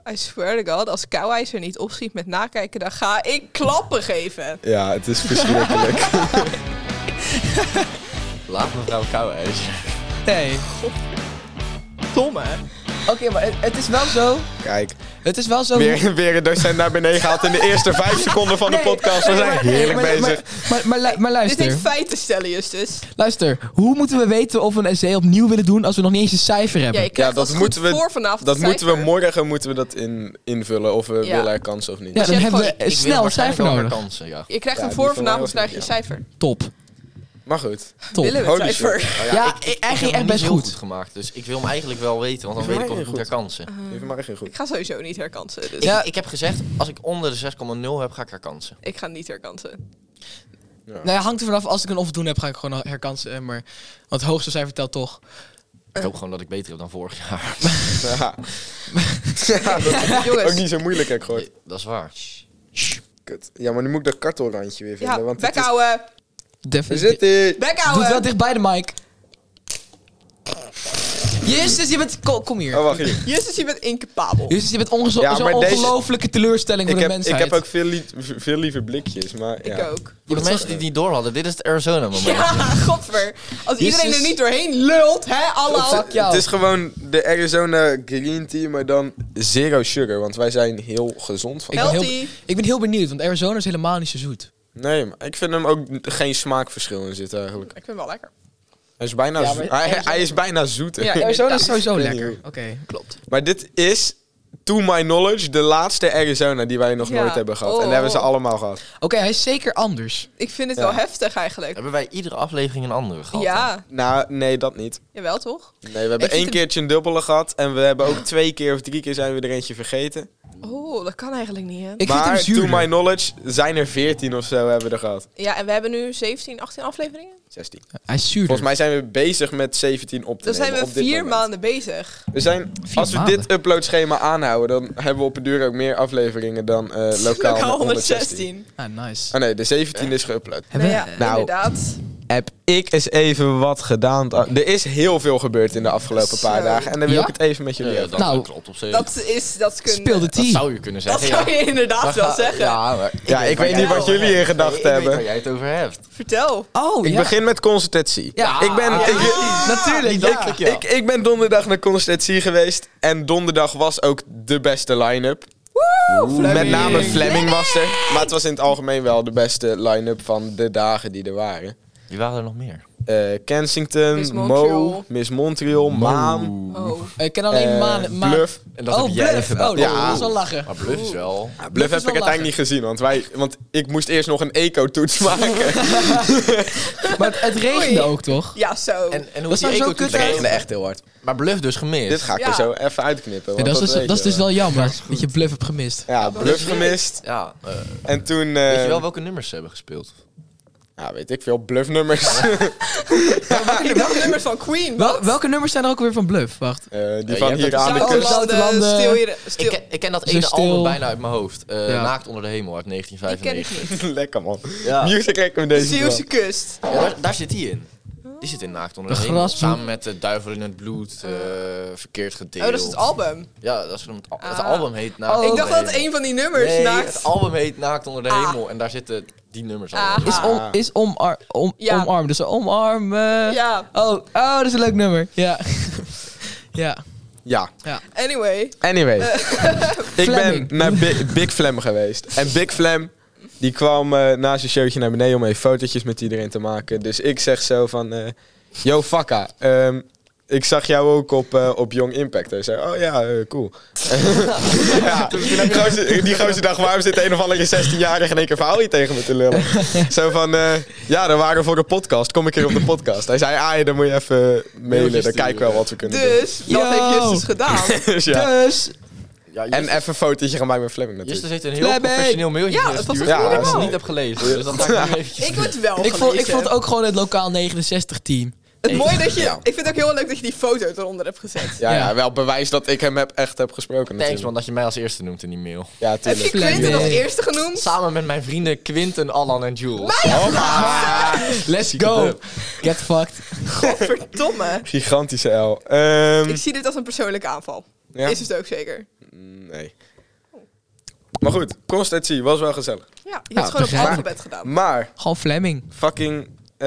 I swear to God, als Kouwijzer niet opschiet met nakijken, dan ga ik klappen geven. Ja, het is verschrikkelijk. Laat mevrouw Kouwijzer. Nee. Domme. Oké, maar het is wel zo. Kijk, Het is wel zo. weer een docent naar beneden gehaald in de eerste 5 seconden van de podcast. We zijn heerlijk bezig. Maar Dit luister. heet feiten stellen, Justus. Luister, hoe moeten we weten of we een essay opnieuw willen doen als we nog niet eens een cijfer hebben? Ja, je krijgt Ja, dat als moeten goed we- voor vanavond Dat een moeten we cijfer. morgen invullen of we Ja. willen herkansen of niet. Ja, Dus dan je hebt hebben we Ik wil snel een waarschijnlijk cijfer wel nodig. herkansen, ja. Je krijgt Ja, hem die voor van mij vanavond, was krijg je niet, cijfer. Top. Maar goed. Top. Willen we Holy het cijfer? shit. Nou Ja, ik heb eigenlijk hem echt niet best heel goed. goed gemaakt. Dus ik wil hem eigenlijk wel weten, want dan Ik vind weet ik mij of ik moet heel goed. herkansen. Even maar echt goed. Ik ga sowieso niet herkansen. Dus Ja. Ik heb gezegd, als ik onder de 6,0 heb, ga ik herkansen. ik ga niet herkansen. Nou ja, hangt er vanaf. Als ik een onvoldoende heb, ga ik gewoon herkansen. Maar, want het hoogste cijfer telt toch. Ik hoop gewoon dat ik beter heb dan vorig jaar. Ja. Ja, dat is Jongens. ook niet zo moeilijk, heb ik gehoord. Dat is waar. Kut. Ja, maar nu moet ik dat kartelrandje weer vinden. Ja, want bek het is... houden. Daar zit hij. Bek Doe het wel houden. dicht bij de mic. Jezus, je bent... Kom hier. Oh, wacht hier. Justus, je bent incapabel. Jezus, je bent Ja, zo'n maar deze- ongelofelijke teleurstelling voor de Ik mensheid. heb ook veel liever blikjes, maar ja. Ik ook. Voor de mensen die het niet door hadden, dit is het Arizona moment. Ja, godver. Als iedereen Jezus. er niet doorheen lult, hè, allemaal. Fuck jou. Het is gewoon de Arizona Green Tea, maar dan zero sugar, want wij zijn heel gezond van. Ik ben heel, Healthy. ik ben heel benieuwd, want Arizona is helemaal niet zo zoet. Nee, maar ik vind hem ook geen smaakverschil in zitten eigenlijk. Ik vind het wel lekker. Hij is bijna, Ja, maar hij is bijna zoeter. Ja, Arizona is sowieso Ik weet lekker. niet Oké. Klopt. Maar dit is, to my knowledge, de laatste Arizona die wij nog Ja. nooit hebben gehad. Oh. En dat hebben ze allemaal gehad. Oké, hij is zeker anders. Ik vind het Ja. wel heftig eigenlijk. Hebben wij iedere aflevering een andere gehad? Ja, Nou, nee, dat niet. jawel toch? Nee, we hebben vind 1 het- keertje een dubbele gehad. En we hebben ook 2 keer of 3 keer zijn we er eentje vergeten. Oh, dat kan eigenlijk niet, hè? Ik vind hem Maar to zuurder. my knowledge zijn er 14 of zo hebben we er gehad. Ja, en we hebben nu 17, 18 afleveringen. 16. Hij is zuurder. Volgens mij zijn we bezig met 17 op te Dan zijn nemen we op dit 4 moment. maanden bezig. We zijn, 4 als we maanden. dit uploadschema aanhouden, dan hebben we op een duur ook meer afleveringen dan lokaal Lokaal 116. 116. Ah, nice. Oh nee, de 17 is geüpload. Hebben Nee, we- ja, Nou, inderdaad. Heb ik eens even wat gedaan. Er is heel veel gebeurd in de afgelopen paar Zo. dagen. En daar wil Ja? ik het even met jullie over. dat Nou, klopt op zich. Dat Speel de Dat tea. zou je kunnen Dat zeggen. zou je inderdaad Maar wel ga- zeggen. Ja, maar Ja, ik weet niet wat jullie in gedachten Ik hebben. weet waar jij het over hebt. Vertel. Oh, Ik ja. begin met consistentie. Ja. Ik ben, Natuurlijk, ja. ik ben donderdag naar consistentie geweest. En donderdag was ook de beste line-up. Met name Fleming was er. Maar het was in het algemeen wel de beste line-up van de dagen die er waren. Wie waren er nog meer? Kensington, Miss Mo, Montreal. Miss Montreal, Maan, Oh. Ik ken alleen Maan. Bluff. En dat Oh, heb jij Bluff. gedaan. Oh, Ja. dat is wel lachen. Maar Bluff is wel... Bluff heb is ik wel uiteindelijk niet gezien, want ik moest eerst nog een eco-toets maken. Maar het regende Oei. ook, toch? Ja, zo. En hoe Dat die zou zo eco-toets kut Het zijn. regende echt heel hard. Maar Bluff dus gemist. Dit ga ik er Ja. zo even uitknippen. Ja, want dat weet is je dus wel. wel jammer dat je Bluff hebt gemist. Ja, Bluff gemist. Ja, En toen... weet je wel welke nummers ze hebben gespeeld? Ja, weet ik veel. Bluffnummers. Welke nummers van Queen? Welke nummers zijn er ook weer van Bluff? Wacht. Die je van hebt hier ook aan de Zoute kust. Zoute Landen. Stil je... Stil. Ik ken dat Zo ene stil. album bijna uit mijn hoofd. Ja. Naakt onder de hemel uit Die ken ik 1995. niet. Lekker man. Ja. Music recommendation. Zeeuwse kust. Ja, daar zit die in. Die zit in Naakt onder de De hemel. grasboom. Samen met Duivel in het bloed. Verkeerd gedeeld. Oh, dat is het album. Ja, dat is het Ah. album heet Naakt Oh, Ik onder dacht de dat het hemel. een van die nummers Nee, naakt... het album heet Naakt onder de Ah. hemel. En daar zitten die nummers Ah. al. Is Ja. omarm. Dus omarmen. Ja, Oh, dat is een leuk nummer. Ja. Ja. Ja. anyway. Anyway. Ik ben Fleming. naar Big Flam geweest. En Big Flam, die kwam na zijn showtje naar beneden om even fotootjes met iedereen te maken. Dus ik zeg zo van... Yo, fakka. Ik zag jou ook op Young Impact. Hij zei, oh ja, cool. Ja, die gozer dacht, waarom zit een of andere 16-jarige in één keer verhaal hier tegen me te lullen? Zo van, ja, dan waren we voor een podcast. Kom ik hier op de podcast. Hij zei, dan moet je even mailen. Dan kijken we wel wat we kunnen doen. Dus, dat Yo. heeft Justus gedaan. Dus ja. Dus. Ja, En even een fotootje gaan maken met Fleming natuurlijk. Justus heeft een heel Fleming. professioneel mailtje Ja, het was gestuurd. een goede dat ik man. niet heb gelezen. Dus dat ga ik nu eventjes Ik word wel Ik vond ook gewoon het lokaal 69 team. Het mooie dat je... Ja. Ik vind het ook heel leuk dat je die foto eronder hebt gezet. Ja, Ja. wel bewijs dat ik hem echt heb gesproken Thanks natuurlijk. man dat je mij als eerste noemt in die mail. Ja, Heb je tuurlijk. Quinten Fleming. als eerste genoemd? Samen met mijn vrienden Quinten, Allan en Jules. Let's go. Get fucked. Godverdomme. Gigantische L. Ik zie dit als een persoonlijke aanval. Ja. Is het ook zeker. Nee. Maar goed, Constantie was wel gezellig. Ja, je hebt gewoon op begrijp ik. alfabet gedaan. Maar, Gewoon Fleming. fucking...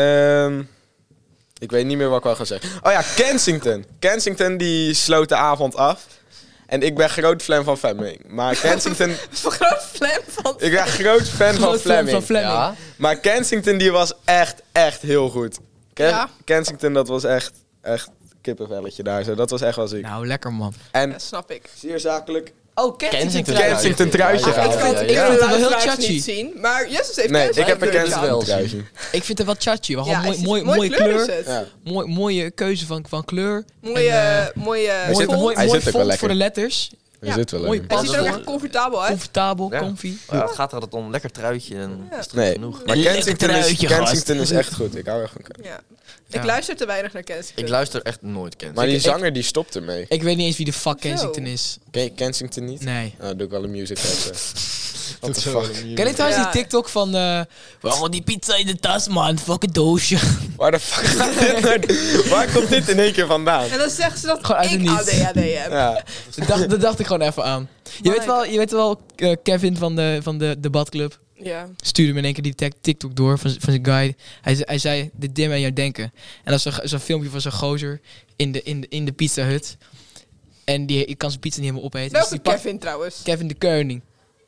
ik weet niet meer wat ik wou gaan zeggen. Oh ja, Kensington. Kensington die sloot de avond af. En ik ben groot fan van Fleming. Maar Kensington... Dat is een groot flam van... ik ben groot fan van Groot fan Fleming. van Fleming. Ja? Maar Kensington die was echt heel goed. Ja. Kensington dat was echt kippenvelletje daar zo. Dat was echt wel ziek. Nou, lekker man. En Ja, snap ik. zeer zakelijk... Oh, Kensington truitje Ik gehaald. vind Ik vind het wel heel luisteraars chachi. niet zien, maar Justus heeft Nee, ik heb een Kensington Kensington wel truitje. Ik vind het wel chachi. Maar Ja, gewoon mooie mooie kleur. is het. Ja. Mooie keuze van kleur. Mooie, En, mooie zit- font. mooi hij zit ook wel font lekker. voor de letters. Er Ja. zit wel Mooi in. Het ziet er ook Pas- echt comfortabel uit. Comfortabel, Ja. comfy. Ja, het gaat er altijd om. Lekker truitje en is het goed Nee, genoeg. maar Lekker Kensington truitje, is echt goed. Ik hou echt van Kensington. Ja. Ja. Ik luister te weinig naar Kensington. Ik luister echt nooit Kensington. Maar die Ik- zanger die stopt ermee. Ik weet niet eens wie de fuck Kensington is. Ken je Kensington niet? Nee. Nou, doe ik wel een music test. What the fuck? Ken je trouwens Ja. die TikTok van... Waarom die pizza in de tas, man? Fucking doosje. Waar de fuck gaat dit naar? Waar komt dit in één keer vandaan? En dan zeggen ze dat Gewoon uit het ik niets. ADHD heb. Ja. Dat dacht ik gewoon even aan. Je weet wel Kevin van de debatclub. Ja. Stuurde me in één keer die TikTok door van zijn guide. Hij zei, dit dim aan jou denken. En dat is zo'n filmpje van zo'n gozer in de Pizza Hut. En die kan zijn pizza niet helemaal opeten. Welke die pakt Kevin trouwens? Kevin de Koning.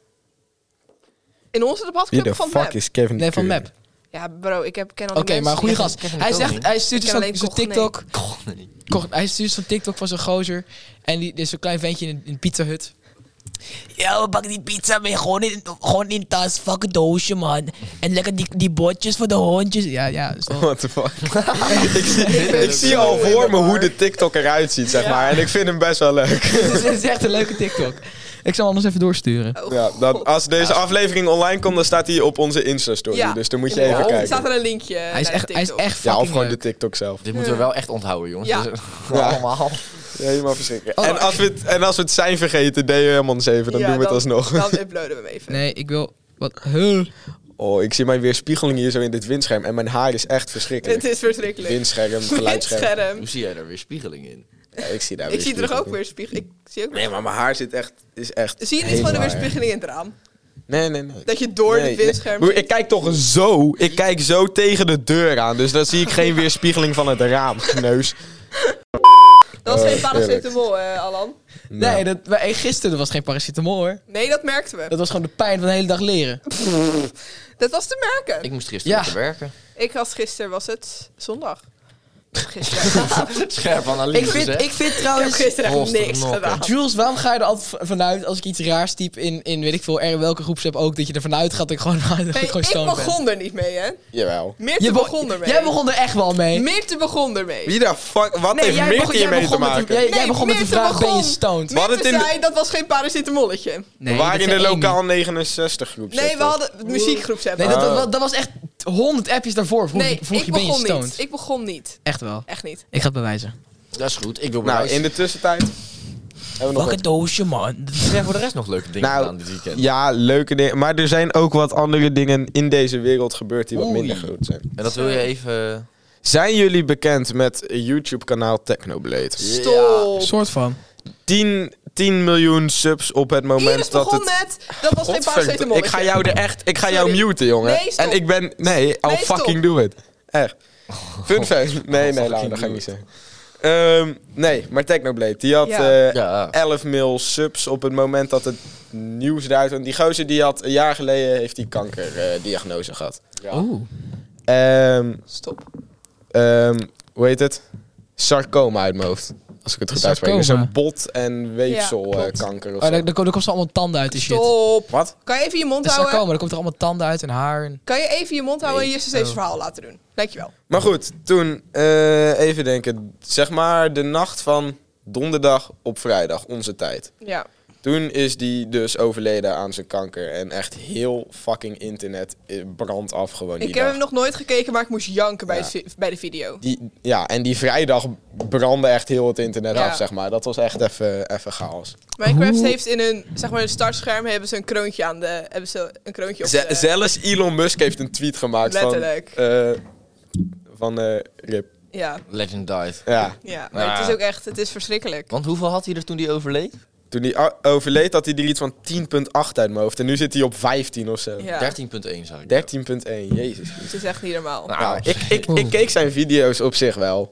In onze Wie debatclub de van fuck Map. is Kevin Nee, van Curry? Map. Ja bro, ken al Oké, die mensen. maar goede die- gast. Kevin Hij Koning. zegt, hij stuurt Ik ken dus zo'n alleen TikTok. Nee. Hij stuurt zo'n TikTok van zo'n gozer. En die is zo'n klein ventje in een Pizza Hut. Ja, we pakken die pizza mee gewoon in tas. Fucking doosje, man. En lekker die bordjes voor de hondjes. Ja, zo. What the fuck? ik zie al voor me hoe de TikTok eruit ziet, zeg maar. En ik vind hem best wel leuk. Het is echt een leuke TikTok. Ik zal hem anders even doorsturen. Oh, Ja, dan, God. als deze aflevering online komt, dan staat hij op onze Insta-story. Ja, Dus dan moet je inderdaad. even Er kijken. staat er een linkje Hij is naar de echt TikTok. fucking Ja, of gewoon leuk. de TikTok zelf. Dit moeten we wel echt onthouden, jongens. Ja. Dus, Ja. allemaal. Ja, helemaal verschrikkelijk. Oh, en als we het zijn vergeten, DM ons even, dan Ja, doen we het alsnog. Dan uploaden we hem even. Nee, ik wil... Wat? Huh? Oh, ik zie mijn weerspiegeling hier zo in dit windscherm. En mijn haar is echt verschrikkelijk. Het is verschrikkelijk. Windscherm, geluidsscherm. Windscherm. Hoe zie jij daar weer spiegeling in? Ja, ik zie daar Ik zie er toch ook weerspiegeling. weerspiegel. Ik zie ook Nee, maar mijn haar is echt... Zie je niet gewoon de helemaal, weerspiegeling in het raam? Nee. Dat je door Nee, het windscherm nee. ziet? Ik kijk toch zo. Ik kijk zo tegen de deur aan. Dus dan zie ik geen weerspiegeling van het raam, neus. Dat was geen eerlijk. paracetamol, Alan. Nee, gisteren was geen paracetamol hoor. Nee, dat merkten we. Dat was gewoon de pijn van de hele dag leren. Dat was te merken. Ik moest gisteren Ja. te werken. Ik had gisteren, was het zondag? Gisteren. Scherp analyse, Ik vind Ik heb trouwens... gisteren echt Holster niks knokken. gedaan. Jules, waarom ga je er altijd vanuit als ik iets raars typ in weet ik veel, welke groepsapp ook, dat je er vanuit gaat dat ik gewoon, dat Hey, ik gewoon ik stoned ben? begon er niet mee, hè? Jawel. Meerte begon ermee. Jij begon er echt wel mee. Meerte begon ermee. Wie de fuck... Wat Nee, heeft jij Mirti begon- jij hiermee te begon met maken? de- jij Nee, begon met de Meerte vraag, ben je begon. stoned? hadden Meerte het in de- zei, dat was geen paracetamolletje. Nee, waren dat in de zei één. lokaal 69 groep. Nee, we hadden het muziekgroepsapp. Nee, dat was echt 100 appjes daarvoor. Vroeg Nee, je ik ben je begon stoned. niet. Ik begon niet. Echt wel. Echt niet. Ik ga het bewijzen. Dat is goed. Ik wil Nou, bewijs. in de tussentijd... Hebben we nog Fucking doosje, man. Heb jij voor de rest nog leuke dingen Nou, gedaan dit weekend? Ja, leuke dingen. Maar er zijn ook wat andere dingen in deze wereld gebeurd die wat Oei. minder groot zijn. En dat wil je even... Zijn jullie bekend met het YouTube-kanaal Technoblade? Stop. Soort van. 10 miljoen subs op het moment Iris dat begon het... net. Dat was geen Godverdomme, paracetamolletje. ik ga jou er echt... Ik ga jou Sorry. muten, jongen. Nee, stop. En ik ben... Nee, I'll Nee, fucking stop. do it. Echt. Fun fact. Nee, laat, fucking dat ga ik do niet zeggen. Nee, maar Technoblade, die had Ja. Ja. 11 mil subs op het moment dat het nieuws eruit kwam. Die gozer die had een jaar geleden heeft die kankerdiagnose gehad. Oeh. Stop. Hoe heet het? Sarcoma uit mijn hoofd. Als ik het goed uitspreek. Dus Sarcoma. een bot- en weefselkanker of Oh, zo. daar komen allemaal tanden uit en shit. Stop. Wat? Kan je even je mond Dat is houden? sarcoma, er komt er allemaal tanden uit en haar. En... Kan je even je mond houden en Nee. Justus even zijn verhaal laten doen? Dankjewel. Maar goed, toen, even denken. Zeg maar de nacht van donderdag op vrijdag, onze tijd. Ja. Toen is die dus overleden aan zijn kanker. En echt heel fucking internet brandt af gewoon die Ik heb dag. hem nog nooit gekeken, maar ik moest janken bij, Ja. bij de video. En die vrijdag brandde echt heel het internet Ja. af, zeg maar. Dat was echt even chaos. Minecraft heeft in hun, zeg maar, een startscherm hebben ze een kroontje aan de... Hebben ze een kroontje op de... Zelfs Elon Musk heeft een tweet gemaakt Letterlijk. van Rip. Ja. Legend died. Ja. Ja, maar Ja. het is ook echt... Het is verschrikkelijk. Want hoeveel had hij er toen hij overleed? Toen hij overleed had hij er iets van 10,8 uit mijn hoofd. En nu zit hij op 15 of zo. Ja. 13,1 zag ik. 13,1, jezus. Het is echt niet normaal. Nou, Ik keek zijn video's op zich wel.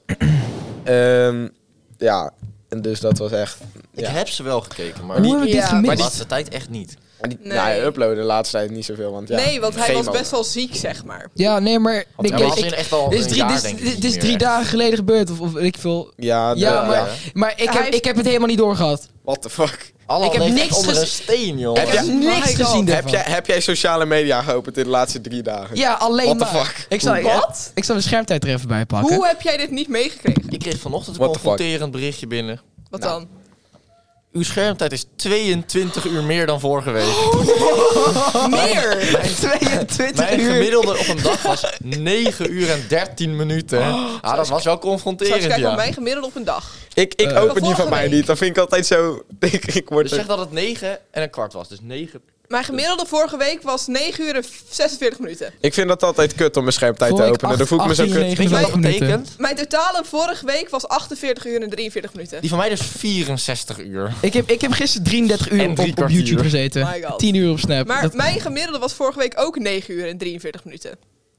Ja, en dus dat was echt... ik Ja. heb ze wel gekeken, maar Hoe die, hebben we dit Ja, gemist? maar de laatste tijd echt niet. Maar die, Nee. nou, hij uploadde de laatste tijd niet zoveel, want ja... Nee, want hij chemo. was best wel ziek, zeg maar. Ja, nee, maar... Want ik- hij was ik- in echt al Dit is een drie, jaar, dit is- denk ik, dit niet is meer 3 echt. dagen geleden gebeurd, of weet ik veel. Ja, Ja, maar- maar Hij ik heb het helemaal niet doorgehad. What the fuck? Allan Ik heb leeft niks echt onder een gezien. steen, joh. Heb Ik heb jij- niks My God. gezien daarvan. Heb jij sociale media geopend in de laatste 3 dagen? Ja, alleen What the maar. fuck? Ik zal, Wat? ik zal de schermtijd er even bij pakken. Hoe heb jij dit niet meegekregen? Ik kreeg vanochtend een What the fuck? confronterend berichtje binnen. Wat Nou. dan? Uw schermtijd is 22 uur meer dan vorige week. Meer! Mijn 22 Mijn uur. gemiddelde op een dag was 9 uur en 13 minuten. Ah, dat was wel Zal ik confronterend, kijken ja. op mijn gemiddelde op een dag? Ik open die van vorige mij week. niet. Dat vind ik altijd zo... ik word Dus zeg dat het 9 en een kwart was. Dus 9. Mijn gemiddelde vorige week was 9 uur en 46 minuten. Ik vind dat altijd kut om mijn schermtijd te Vorige openen. Dan voel ik me zo 18, kut. 19. Weet je wat dat 59 betekent? Mijn totale vorige week was 48 uur en 43 minuten. Die van mij dus 64 uur. Ik heb gisteren 33 uur En op 3 kwartier. YouTube gezeten. My God. 10 uur op Snap. Maar Dat- mijn gemiddelde was vorige week ook 9 uur en 43 minuten.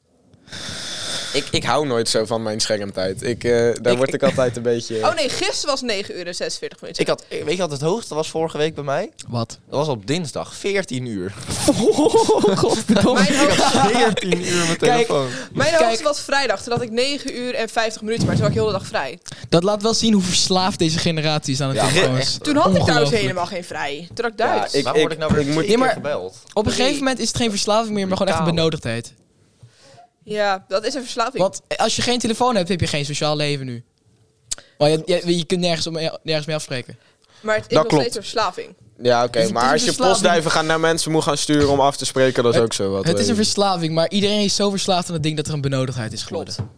Ik hou nooit zo van mijn schermtijd. Daar word ik altijd een beetje... Oh nee, gisteren was 9 uur en 46 minuten. Weet je wat het hoogste was vorige week bij mij? Wat? Dat was op dinsdag, 14 uur. Godverdomme. Mijn hoogste, 14 uur mijn telefoon. mijn Kijk. hoogste was vrijdag. Toen had ik 9 uur en 50 minuten, maar toen had ik heel de dag vrij. Dat laat wel zien hoe verslaafd deze generatie is aan het Ja, telefoon. echt. Toen had ik trouwens Ongelooflijk. helemaal geen vrij. Toen had ik Duits. Ja, Waarom word ik nou weer ik moet- 2 Nee, keer maar- gebeld? Op een gegeven moment is het geen verslaving meer, maar gewoon echt een Kale. benodigdheid. Ja, dat is een verslaving. Want als je geen telefoon hebt, heb je geen sociaal leven nu. Maar je kunt nergens mee afspreken. Maar het is Dat nog klopt. steeds een verslaving. Ja, oké. Het is Maar een als je verslaving. postduiven gaan naar mensen moet gaan sturen om af te spreken, dat is ook zo wat. Het is weet een je. verslaving, maar iedereen is zo verslaafd aan het ding dat er een benodigdheid is geworden. Klopt.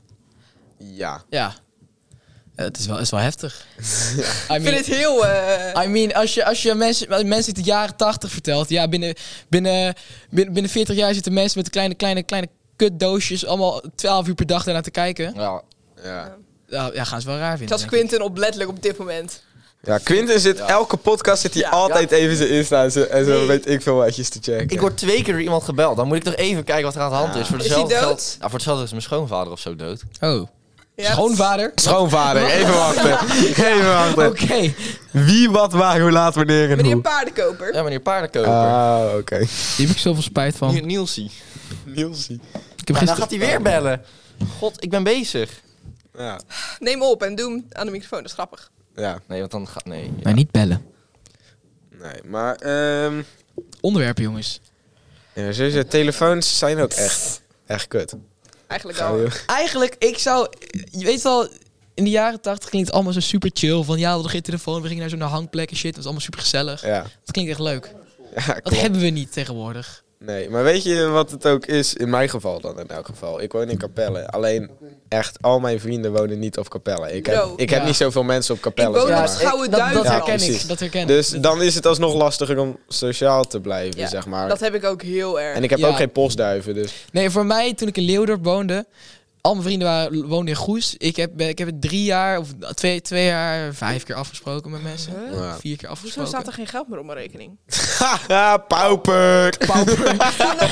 Ja. Ja. Het is wel heftig. I Ik mean, vind het heel... I mean, als je mensen uit de jaren 80 vertelt, ja, binnen 40 jaar zitten mensen met kleine kutdoosjes allemaal 12 uur per dag daarnaar te kijken. Ja. Ja. Ja, gaan ze wel raar vinden. Zoals denk ik. Quinten oplettelijk op dit moment. Ja, Quinten zit elke podcast zit hij Ja. altijd even zijn Insta en zo Nee. weet ik veel watjes te checken. Ik word 2 keer door iemand gebeld. Dan moet ik toch even kijken wat er aan de hand is. Voor Is hij dezelfde dood? geld. Ja, voor hetzelfde is mijn schoonvader of zo dood. Oh. Ja, Schoonvader? Schoonvader, even wachten. Even wachten. Oké. Wie, wat, waar, hoe laat, wanneer en Meneer hoe. Paardenkoper. Ja, meneer Paardenkoper. Ah, oké. Die heb ik zoveel spijt van. Nielsie. Nielsie. Ik heb Nou, dan gisteren... gaat hij weer bellen. God, ik ben bezig. Ja. Neem me op en doe hem aan de microfoon. Dat is grappig. Ja, Nee, want dan gaat... Nee. Maar niet bellen. nee, maar Onderwerpen, jongens. ja, sowieso, telefoons zijn ook echt kut. Eigenlijk Ga wel. je- Eigenlijk, je weet wel, in de jaren 80 klinkt het allemaal zo super chill. Van ja, we hadden geen telefoon, we gingen naar zo'n hangplek en shit. Dat was allemaal super gezellig. Ja, Dat klinkt echt leuk. ja Dat klopt. hebben we niet tegenwoordig. Nee, maar weet je wat het ook is? In mijn geval dan in elk geval. Ik woon in Capelle. Alleen echt al mijn vrienden wonen niet op Capelle. Ik heb Bro. niet zoveel mensen op Capelle. Ik woon zeg op maar. Schouwen dat Duiven. herken Ja, ik. precies. Dat herken ik. Dus dan is het alsnog lastiger om sociaal te blijven, Ja, zeg maar. dat heb ik ook heel erg. En ik heb Ja. ook geen postduiven, dus... Nee, voor mij, toen ik in Leeuwarden woonde, al mijn vrienden woonden in Goes. Ik heb het 3 jaar, of 2 jaar, 5 keer afgesproken met mensen. Huh? Ja. 4 keer Hoezo afgesproken. staat er geen geld meer op mijn rekening? Haha, pauper! Er staat nog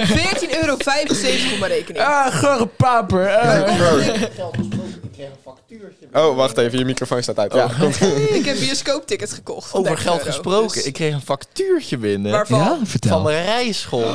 €14,75 op mijn rekening. gore paper. Oh, wacht even, je microfoon staat uit. Ja, komt. Ik heb bioscooptickets gekocht. van Over 30 geld euro. gesproken. Dus Ik kreeg een factuurtje binnen. waarvan? Ja, vertel. Van mijn rijschool.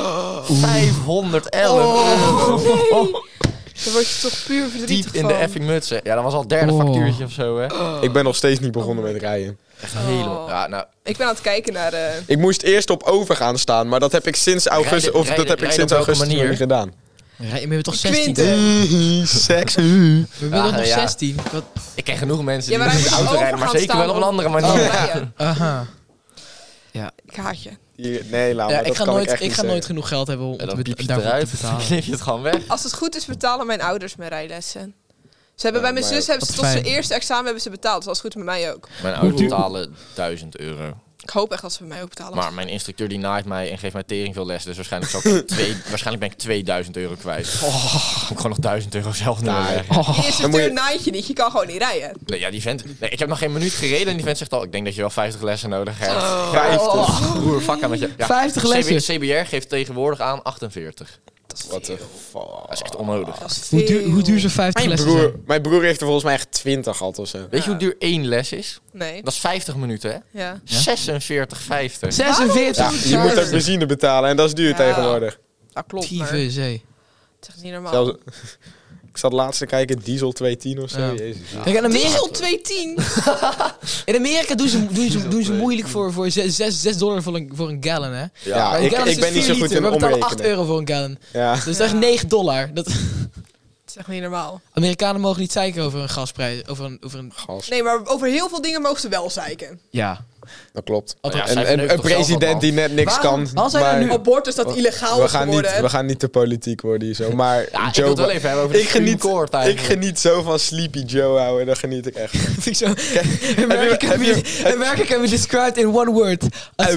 511 euro. Dan word je toch puur verdrietig Diep in de van. effing mutsen. Ja, dat was al het 3e Oh. factuurtje of zo, hè. Ik ben nog steeds niet begonnen met rijden. Echt helemaal... Ja, nou... Ik ben aan het kijken naar... Ik moest eerst op over gaan staan, maar dat heb ik sinds augustus, Rijden op welke manier? nog niet gedaan. Ja, je bent toch 16? Quinten. Seks. We zijn toch nog ja. 16? Wat? Ik ken genoeg mensen Ja, die maar niet hij met de moet auto over rijden, maar gaan zeker wel op een staan andere om- manier. rijden. Aha. Ik haat je. Nee, laat Ja, maar, ik dat ga kan ik echt nooit niet zeggen. genoeg geld hebben om En dan te piep je daarvoor eruit, te dan betalen. knip je het gewoon weg. Als het goed is, betalen mijn ouders mijn rijlessen. Ze hebben bij mijn maar zus hebben ze wat tot zijn fijn. eerste examen hebben ze betaald. Dus als het goed is met mij ook. Mijn ouders betalen €1000. Ik hoop echt dat ze bij mij ook betalen. Maar mijn instructeur die naait mij en geeft mij tering veel les. Dus waarschijnlijk, waarschijnlijk ben ik 2000 euro kwijt. Ik moet gewoon nog 1000 euro zelf nu weg. Die instructeur naait je niet, je kan gewoon niet rijden. Nee, ja, die vent... Nee, ik heb nog geen minuut gereden en die vent zegt al... Ik denk dat je wel 50 lessen nodig hebt. 50. Broer, fuck aan met je... Ja, 50 lessen. CBR geeft tegenwoordig aan 48. What the fuck. Dat is echt onnodig. Dat is veel. Hoe duur zijn 50 lessen zijn? Mijn broer heeft er volgens mij echt 20 gehad of zo. Weet je hoe duur 1 les is? Nee. Dat is 50 minuten, hè? Ja. 46,50. 46. Ja, je moet ook benzine betalen en dat is duur Ja. tegenwoordig. Dat klopt, maar Tieve zee. het is echt niet normaal. Zelfs, ik zat laatst te kijken, diesel 210 of zo. Ja. Jezus. Kijk, in Amerika, Diesel 210. in Amerika doen ze moeilijk voor $6 voor een gallon, hè? Ja, Maar een gallon ik is ben niet 4 zo goed liter. in We betalen omrekenen. €8 voor een gallon. Ja. Dus dat is echt $9. Dat... Het is echt niet normaal. Amerikanen mogen niet zeiken over een gasprijs. Over een... Gas. Nee, maar over heel veel dingen mogen ze wel zeiken. Ja. Dat klopt. Ja, zij En verneuken een toch zelf wat, president man? die net niks Waarom? kan. Als hij maar er nu Abortus dat illegaal we is geworden. we gaan niet te politiek worden hier zo. Maar Ja, ik wil het wel even hebben over de ik Supreme geniet, Court ik eigenlijk. geniet zo van Sleepy Joe, ouwe. Daar geniet ik echt van. Vind ik zo. America can be described in one word. As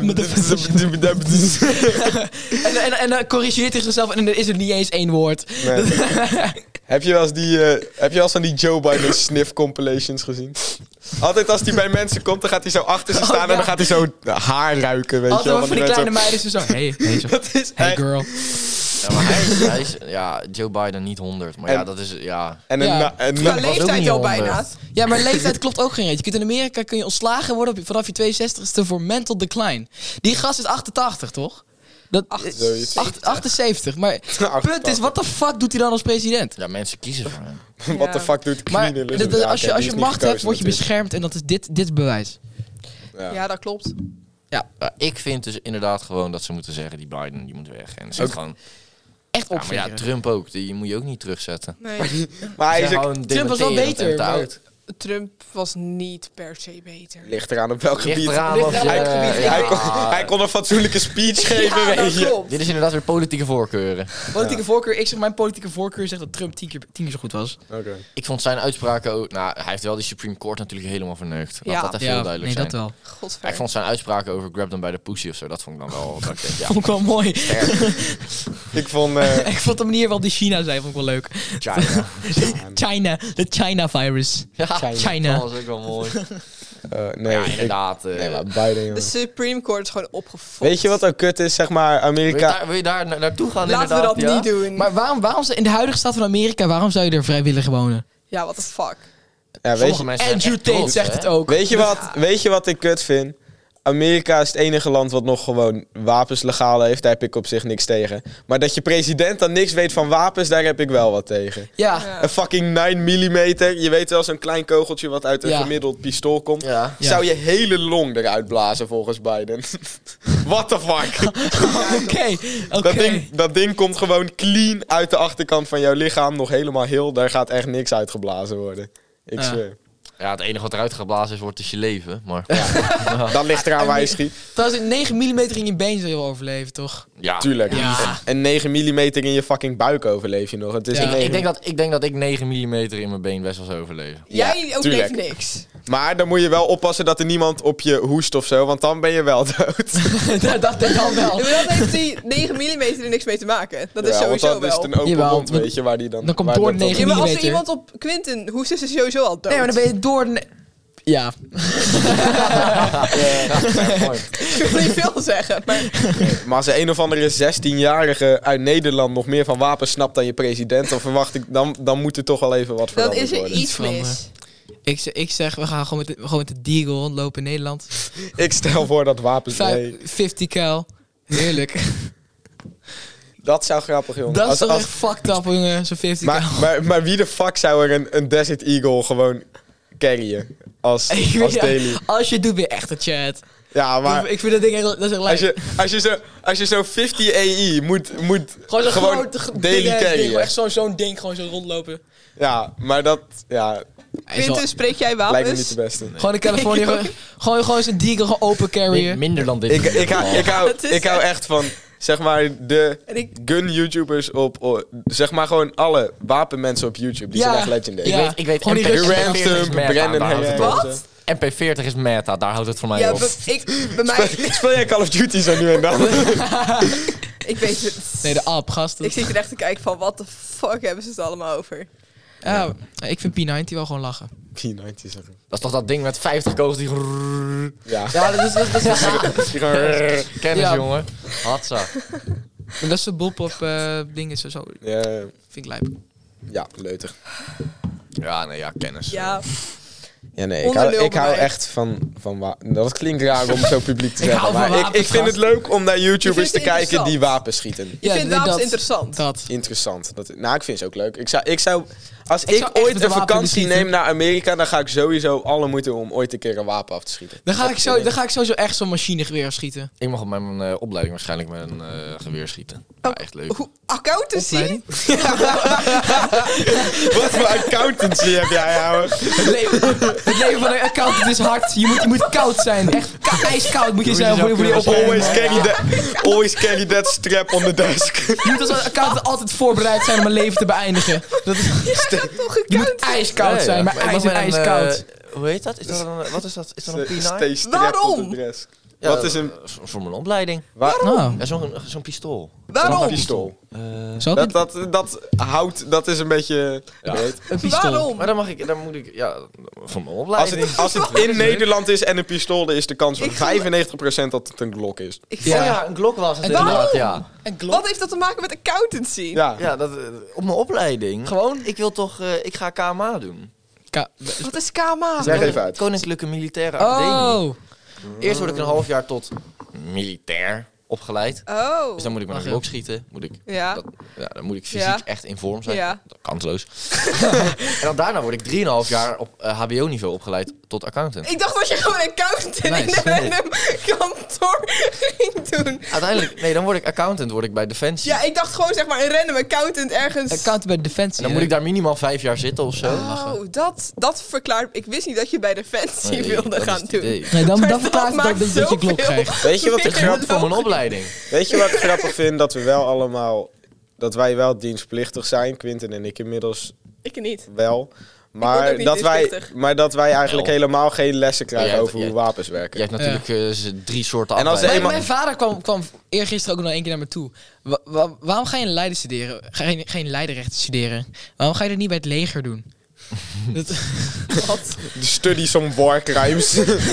en dan corrigeert hij zichzelf en dan is het niet eens 1 woord. Nee. Heb je wel eens van die Joe Biden sniff compilations gezien? Altijd als hij bij mensen komt, dan gaat hij zo achter ze staan ja. en dan gaat hij zo haar ruiken, weet je Altijd wel. van die mensen kleine meiden zo. Hey, zo. Dat is Hey echt- girl. Ja, maar hij is... Ja, Joe Biden niet 100. Maar En- ja, dat is... Ja... En Ja. een Qua was ook leeftijd niet al 100. bijna. Ja, maar leeftijd klopt ook geen reet. Je kunt in Amerika kun je ontslagen worden vanaf je 62ste voor mental decline. Die gast is 88, toch? Dat, Zoiets. 78. Maar punt is, wat de fuck doet hij dan als president? Ja, mensen kiezen voor hem. What the fuck doet de Maar Queen Elizabeth? als Ja, oké, je die is niet macht hebt, gekozen word je natuurlijk. beschermd en dat is dit bewijs. Ja. Ja, dat klopt. Ja, ik vind dus inderdaad gewoon dat ze moeten zeggen... Die Biden, die moet weg. En ze Ook- gewoon... Echt Ja, maar ja, opvieren. Trump ook. Die moet je ook niet terugzetten. Nee, Maar hij is Zeg ook, gewoon Trump was wel dementerend beter, en te maar- oud. Trump was niet per se beter. ligt eraan op welk Ligt gebied. eraan of je... Hij kon een fatsoenlijke speech geven, Ja, dat weet je. klopt. Dit is inderdaad weer politieke voorkeuren. Politieke voorkeur, ik zeg mijn politieke voorkeur zegt dat Trump 10 keer zo goed was. Oké. Ik vond zijn uitspraken ook... Nou, hij heeft wel die Supreme Court natuurlijk helemaal verneukt. Laat Ja. dat even heel duidelijk zijn. dat wel. Godver. Ik vond zijn uitspraken over grab them by the pussy of zo, dat vond ik dan wel... Dat ik denk, ja, Vond ik wel mooi. Ik vond... Ik vond de manier waarop die China zei, vond ik wel leuk. China. China, de China virus. Ja, China. dat was ook wel mooi. nee, Ja, ik- inderdaad. nee, maar Biden, De jongen. Supreme Court is gewoon opgefokt. Weet je wat ook kut is, zeg maar, Amerika... Wil je daar naartoe gaan Laten we inderdaad? dat ja? niet doen. Maar waarom in de huidige staat van Amerika, waarom zou je er vrij willen wonen? Ja, what the fuck. Ja, weet Sommige je, mensen zijn Andrew echt Tate trots, zegt hè? het ook. weet je wat ik kut vind? Amerika is het enige land wat nog gewoon wapens legaal heeft. Daar heb ik op zich niks tegen. Maar dat je president dan niks weet van wapens, daar heb ik wel wat tegen. Ja. Ja. Een fucking 9 mm, je weet wel, zo'n klein kogeltje wat uit een Ja. gemiddeld pistool komt. Ja. Ja. Zou je hele long eruit blazen volgens Biden? What the fuck? Oké. Dat ding komt gewoon clean uit de achterkant van jouw lichaam. Nog helemaal heel. Daar gaat echt niks uitgeblazen worden. Ik Ja. zweer. Ja, het enige wat eruit geblazen is, wordt dus je leven. Maar Dan ligt eraan waar je schiet. Trouwens, 9 mm in je been zou je wel overleven, toch? ja. Tuurlijk. Ja. En 9 mm in je fucking buik overleef je nog. Het is Ja. een 9 Ik denk dat ik 9 mm in mijn been best wel zou overleven. Ja, Jij ook tuurlijk. leeft niks. Maar dan moet je wel oppassen dat er niemand op je hoest of zo. Want dan ben je wel dood. dat denk ik dan wel. Maar dan heeft die 9 mm er niks mee te maken. Dat is Ja, want sowieso dan is het wel. een open Jawel, mond, dan- weet je, waar die dan... dan komt waar door dat 9 Ja, maar als er millimeter. iemand op Quinten hoest, is hij sowieso al dood. Nee, maar dan ben je door... Ja. Ik wil niet veel zeggen, maar Maar als een of andere 16-jarige uit Nederland nog meer van wapens snapt dan je president, dan verwacht ik, dan moet er toch wel even wat dan veranderd is er worden. iets veranderen. mis. Ik zeg, we gaan gewoon met de Deagle rondlopen in Nederland. Ik stel voor dat wapens... Nee, 50 cal. Heerlijk. dat zou grappig, jongen. Dat is Als- toch als- echt fucked up, jongen. Zo'n 50 cal. maar wie de fuck zou er een Desert Eagle gewoon carryen als daily? Als je het doet, ben je echt een chat. Ja, maar Ik vind dat ding echt... Dat is echt als je zo 50 AI moet Gewoon zo'n gewoon groot daily ding, carryen. echt zo'n ding, gewoon zo rondlopen. Ja, maar dat Hij is wel- Quinten, spreek jij lijkt me niet wapens? de beste. Gewoon in Californië, gewoon zo'n Deagle gewoon open carryen. Minder dan dit. Het is Ik hou echt van, zeg maar, de En ik- gun-YouTubers zeg maar gewoon alle wapenmensen op YouTube. Die Ja. zijn echt legendary. Ja. Ik weet Gewoon die MPX Russen. Graham Stump, Stump, Brandon Herrera. Herrera. Wat? MP40 is meta, daar houdt het voor mij Ja, op. bij mij... Speel jij Call of Duty zo nu en dan? Ik weet het. Nee, de app, gast. Ik zit er echt te kijken van, wat de fuck hebben ze het allemaal over? Ja, ik vind P90 wel gewoon lachen. P90 zeggen. Dat is toch dat ding met 50 kogels die... Ja. Ja, dat is Kennis, Ja. jongen. Hatsa. dat is de boelpop dingen zo. Ja, Vind ik lijp. ja, leuter. Ja, nee, ja, kennis. Ja, Ja, nee, Onder nul ik hou bij mij. echt van dat klinkt raar om zo publiek te zeggen, hou van maar ik wapens, vind het gast. leuk om naar YouTubers vindt te het kijken interessant. die wapens schieten. je vindt wapens dat- interessant. Dat. Interessant. Ik vind ze ook leuk. Als Ik ik zou echt ooit met een een wapen vakantie willen schieten. neem naar Amerika, dan ga ik sowieso alle moeite om ooit een keer een wapen af te schieten. Dan ga ik sowieso echt zo'n machinegeweer schieten. Ik mag op mijn opleiding waarschijnlijk met een geweer schieten. Ja, echt leuk. Hoe accountancy? Opleiding? Wat voor accountancy heb jij, ouwe? Het leven van een accountant is hard. Je moet koud zijn. Echt ijskoud moet je zijn voor die opleiding. Always carry that strap on the desk. Je moet als accountant altijd voorbereid zijn om een leven te beëindigen. Je moet ijskoud zijn, maar ijs en ijskoud. Hoe heet dat? Is dat een, wat is dat? Is dat een P9? Stay strap Waarom? on the desk. Ja, Wat is een... Voor mijn opleiding. Nou, Ja, zo'n pistool. Waarom? Een pistool. zal ik Dat houdt, dat is een beetje... Ja. weet. een pistool? Waarom? Maar dan moet ik, ja, voor mijn opleiding. Als het in Nederland is en een pistool, dan is de kans van 95% dat het een Glock is. Ik Ja. Oh ja, een Glock was het En inderdaad, waarom? ja. En Glock? Wat heeft dat te maken met accountancy? Ja. Ja, dat, op mijn opleiding. Gewoon, ik wil toch, ik ga KMA doen. Wat is KMA? Zeg even uit. Koninklijke Militaire Academie. Oh. Eerst word ik een half jaar tot militair opgeleid. Oh. Dus dan moet ik met een Wacht, Glock schieten. Ja. Dan moet ik fysiek Ja. echt in vorm zijn. Ja. Kansloos. En dan daarna word ik 3,5 jaar op HBO-niveau opgeleid tot accountant. Ik dacht dat je gewoon accountant in Nice. een random kantoor ging doen. Uiteindelijk, nee, dan word ik accountant bij Defensie. Ja, ik dacht gewoon zeg maar een random accountant ergens. Accountant bij Defensie. En dan moet ik daar minimaal 5 jaar zitten of zo. Oh, dat verklaart... Ik wist niet dat je bij Defensie Nee, wilde dat is gaan het doen. idee. Nee, dan Maar verklaart het ook dat je Glock zoveel krijgt. Weet je wat ik meer grappig Voor mijn logisch. opleiding. Weet je wat ik grappig vind? Dat we wel allemaal... Dat wij wel dienstplichtig zijn. Quinten en ik inmiddels Ik niet. wel. word ook Maar niet dat, dat wij eigenlijk Wel. helemaal geen lessen krijgen jij- over hoe jij- wapens Je werken. hebt natuurlijk 3 soorten En als afleidingen. eenmaal- Mijn vader kwam eergisteren ook nog 1 keer naar me toe. Waarom ga je in Leiden studeren? Ga je geen Leidenrechten studeren? Waarom ga je dat niet bij het leger doen? dat, De studies on war crimes.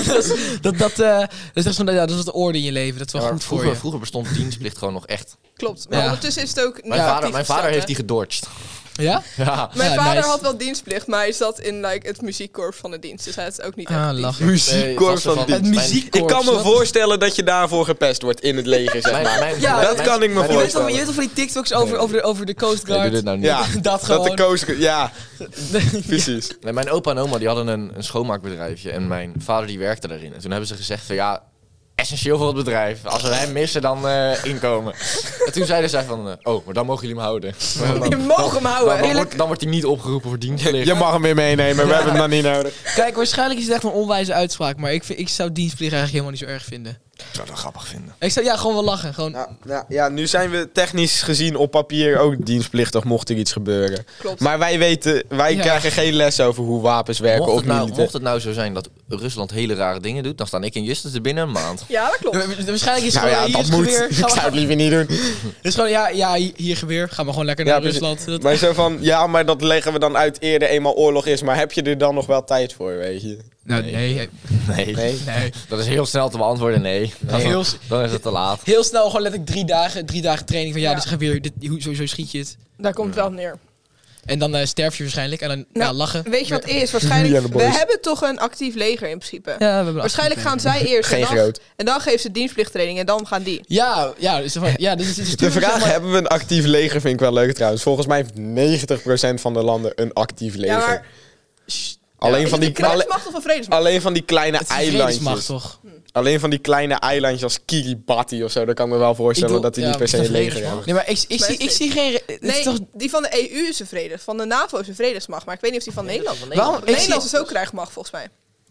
dat is echt zo'n, ja, dat is de orde in je leven. Dat is wel Ja, maar goed voor je. vroeger bestond dienstplicht gewoon nog echt. Klopt. Maar Ja. ondertussen is het ook Mijn negatief vader gesteld, heeft hè? die gedodged. Ja? Ja. Mijn Ja, vader nice. had wel dienstplicht, maar hij zat in het muziekkorps van de dienst. Dus hij is ook niet echt Ah, dienst. lachen. Muziekkorps van Het dienst. muziekkorps. Ik kan me voorstellen dat je daarvoor gepest wordt in het leger, zeg maar. Ja, dat kan ik me Je weet voorstellen. toch van die TikToks over de Coast Nee, Guard? doe dit nou niet. Ja, Dat dat gewoon. de koos... Ja, precies. Nee, mijn opa en oma die hadden een schoonmaakbedrijfje en mijn vader die werkte daarin. En toen hebben ze gezegd van ja, essentieel voor het bedrijf. Als we hem missen, dan inkomen. En toen zeiden zij van, oh, maar dan mogen jullie hem houden. Je mag hem houden. Dan wordt hij niet opgeroepen voor dienstplicht. Je mag hem weer meenemen, we hebben hem dan niet nodig. Kijk, waarschijnlijk is het echt een onwijze uitspraak. Maar ik zou dienstplicht eigenlijk helemaal niet zo erg vinden. Ik zou dat grappig vinden. Ik zou gewoon wel lachen. Gewoon, Ja, nu zijn we technisch gezien op papier ook dienstplichtig mocht er iets gebeuren. Klopt. Maar wij Ja. krijgen geen les over hoe wapens werken of militair. Mocht het nou zo zijn dat Rusland hele rare dingen doet, dan staan ik en Justus er binnen een maand. Ja, dat klopt. Waarschijnlijk is het Nou gewoon, ja, hier dat is moet. geweer. Ik zou het liever niet doen. Het is gewoon, hier geweer. Ga maar gewoon lekker Ja, naar precies. Rusland. Dat- Maar zo van, ja, maar dat leggen we dan uit eerder eenmaal oorlog is. Maar heb je er dan nog wel tijd voor, weet je? Nou, nee. Nee. Nee. Dat is heel snel te beantwoorden, nee. Dan is het te laat. Heel snel gewoon letterlijk 3 dagen training van ja, Ja. dit is geweer. Zo schiet je het. Daar komt het wel op neer. En dan sterf je waarschijnlijk. En dan Nou, lachen. Weet je wat het is? Niet aan Waarschijnlijk, de we boys. hebben toch een actief leger in principe. Ja, we hebben Waarschijnlijk gaan zij eerst Geen groot. en dan geven ze dienstplichttraining en dan gaan die. Ja, dus, dus het is De vraag, zeg maar- hebben we een actief leger, vind ik wel leuk trouwens. Volgens mij heeft 90% van de landen een actief leger. Ja, maar alleen, is van het die, een krijgsmacht of een vredesmacht? alleen van die kleine Het is een vredesmacht, eilandjes. toch? Alleen van die kleine eilandjes als Kiribati of zo. Dan kan ik me wel voorstellen Ik doe- dat die ja, niet per se is een dat leger vredesmacht? hebben. Nee, maar ik zie geen... het is Nee, toch- die van de EU is een vrede. Van de NAVO is een vredesmacht. Maar ik weet niet of die van Nederland. Waarom? Nederland is ook krijgsmacht volgens mij.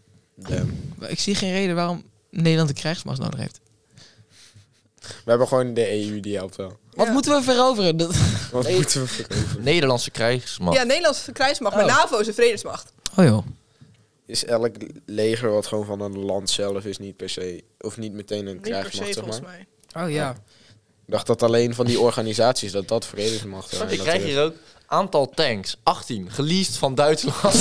Ik zie geen reden waarom Nederland een krijgsmacht nodig heeft. We hebben gewoon de EU, die helpt wel. Wat Ja. moeten we veroveren? Wat moeten we veroveren? Nederlandse krijgsmacht. Ja, Nederland is een krijgsmacht, maar Oh. NAVO is een vredesmacht. Oh joh. is elk leger wat gewoon van een land zelf is niet per se... Of niet meteen een Niet per krijgsmacht, se, zeg volgens maar. mij. Oh ja. Ik dacht dat alleen van die organisaties dat vredesmacht waren. Ik krijg hier ook aantal tanks. 18. Geleased van Duitsland.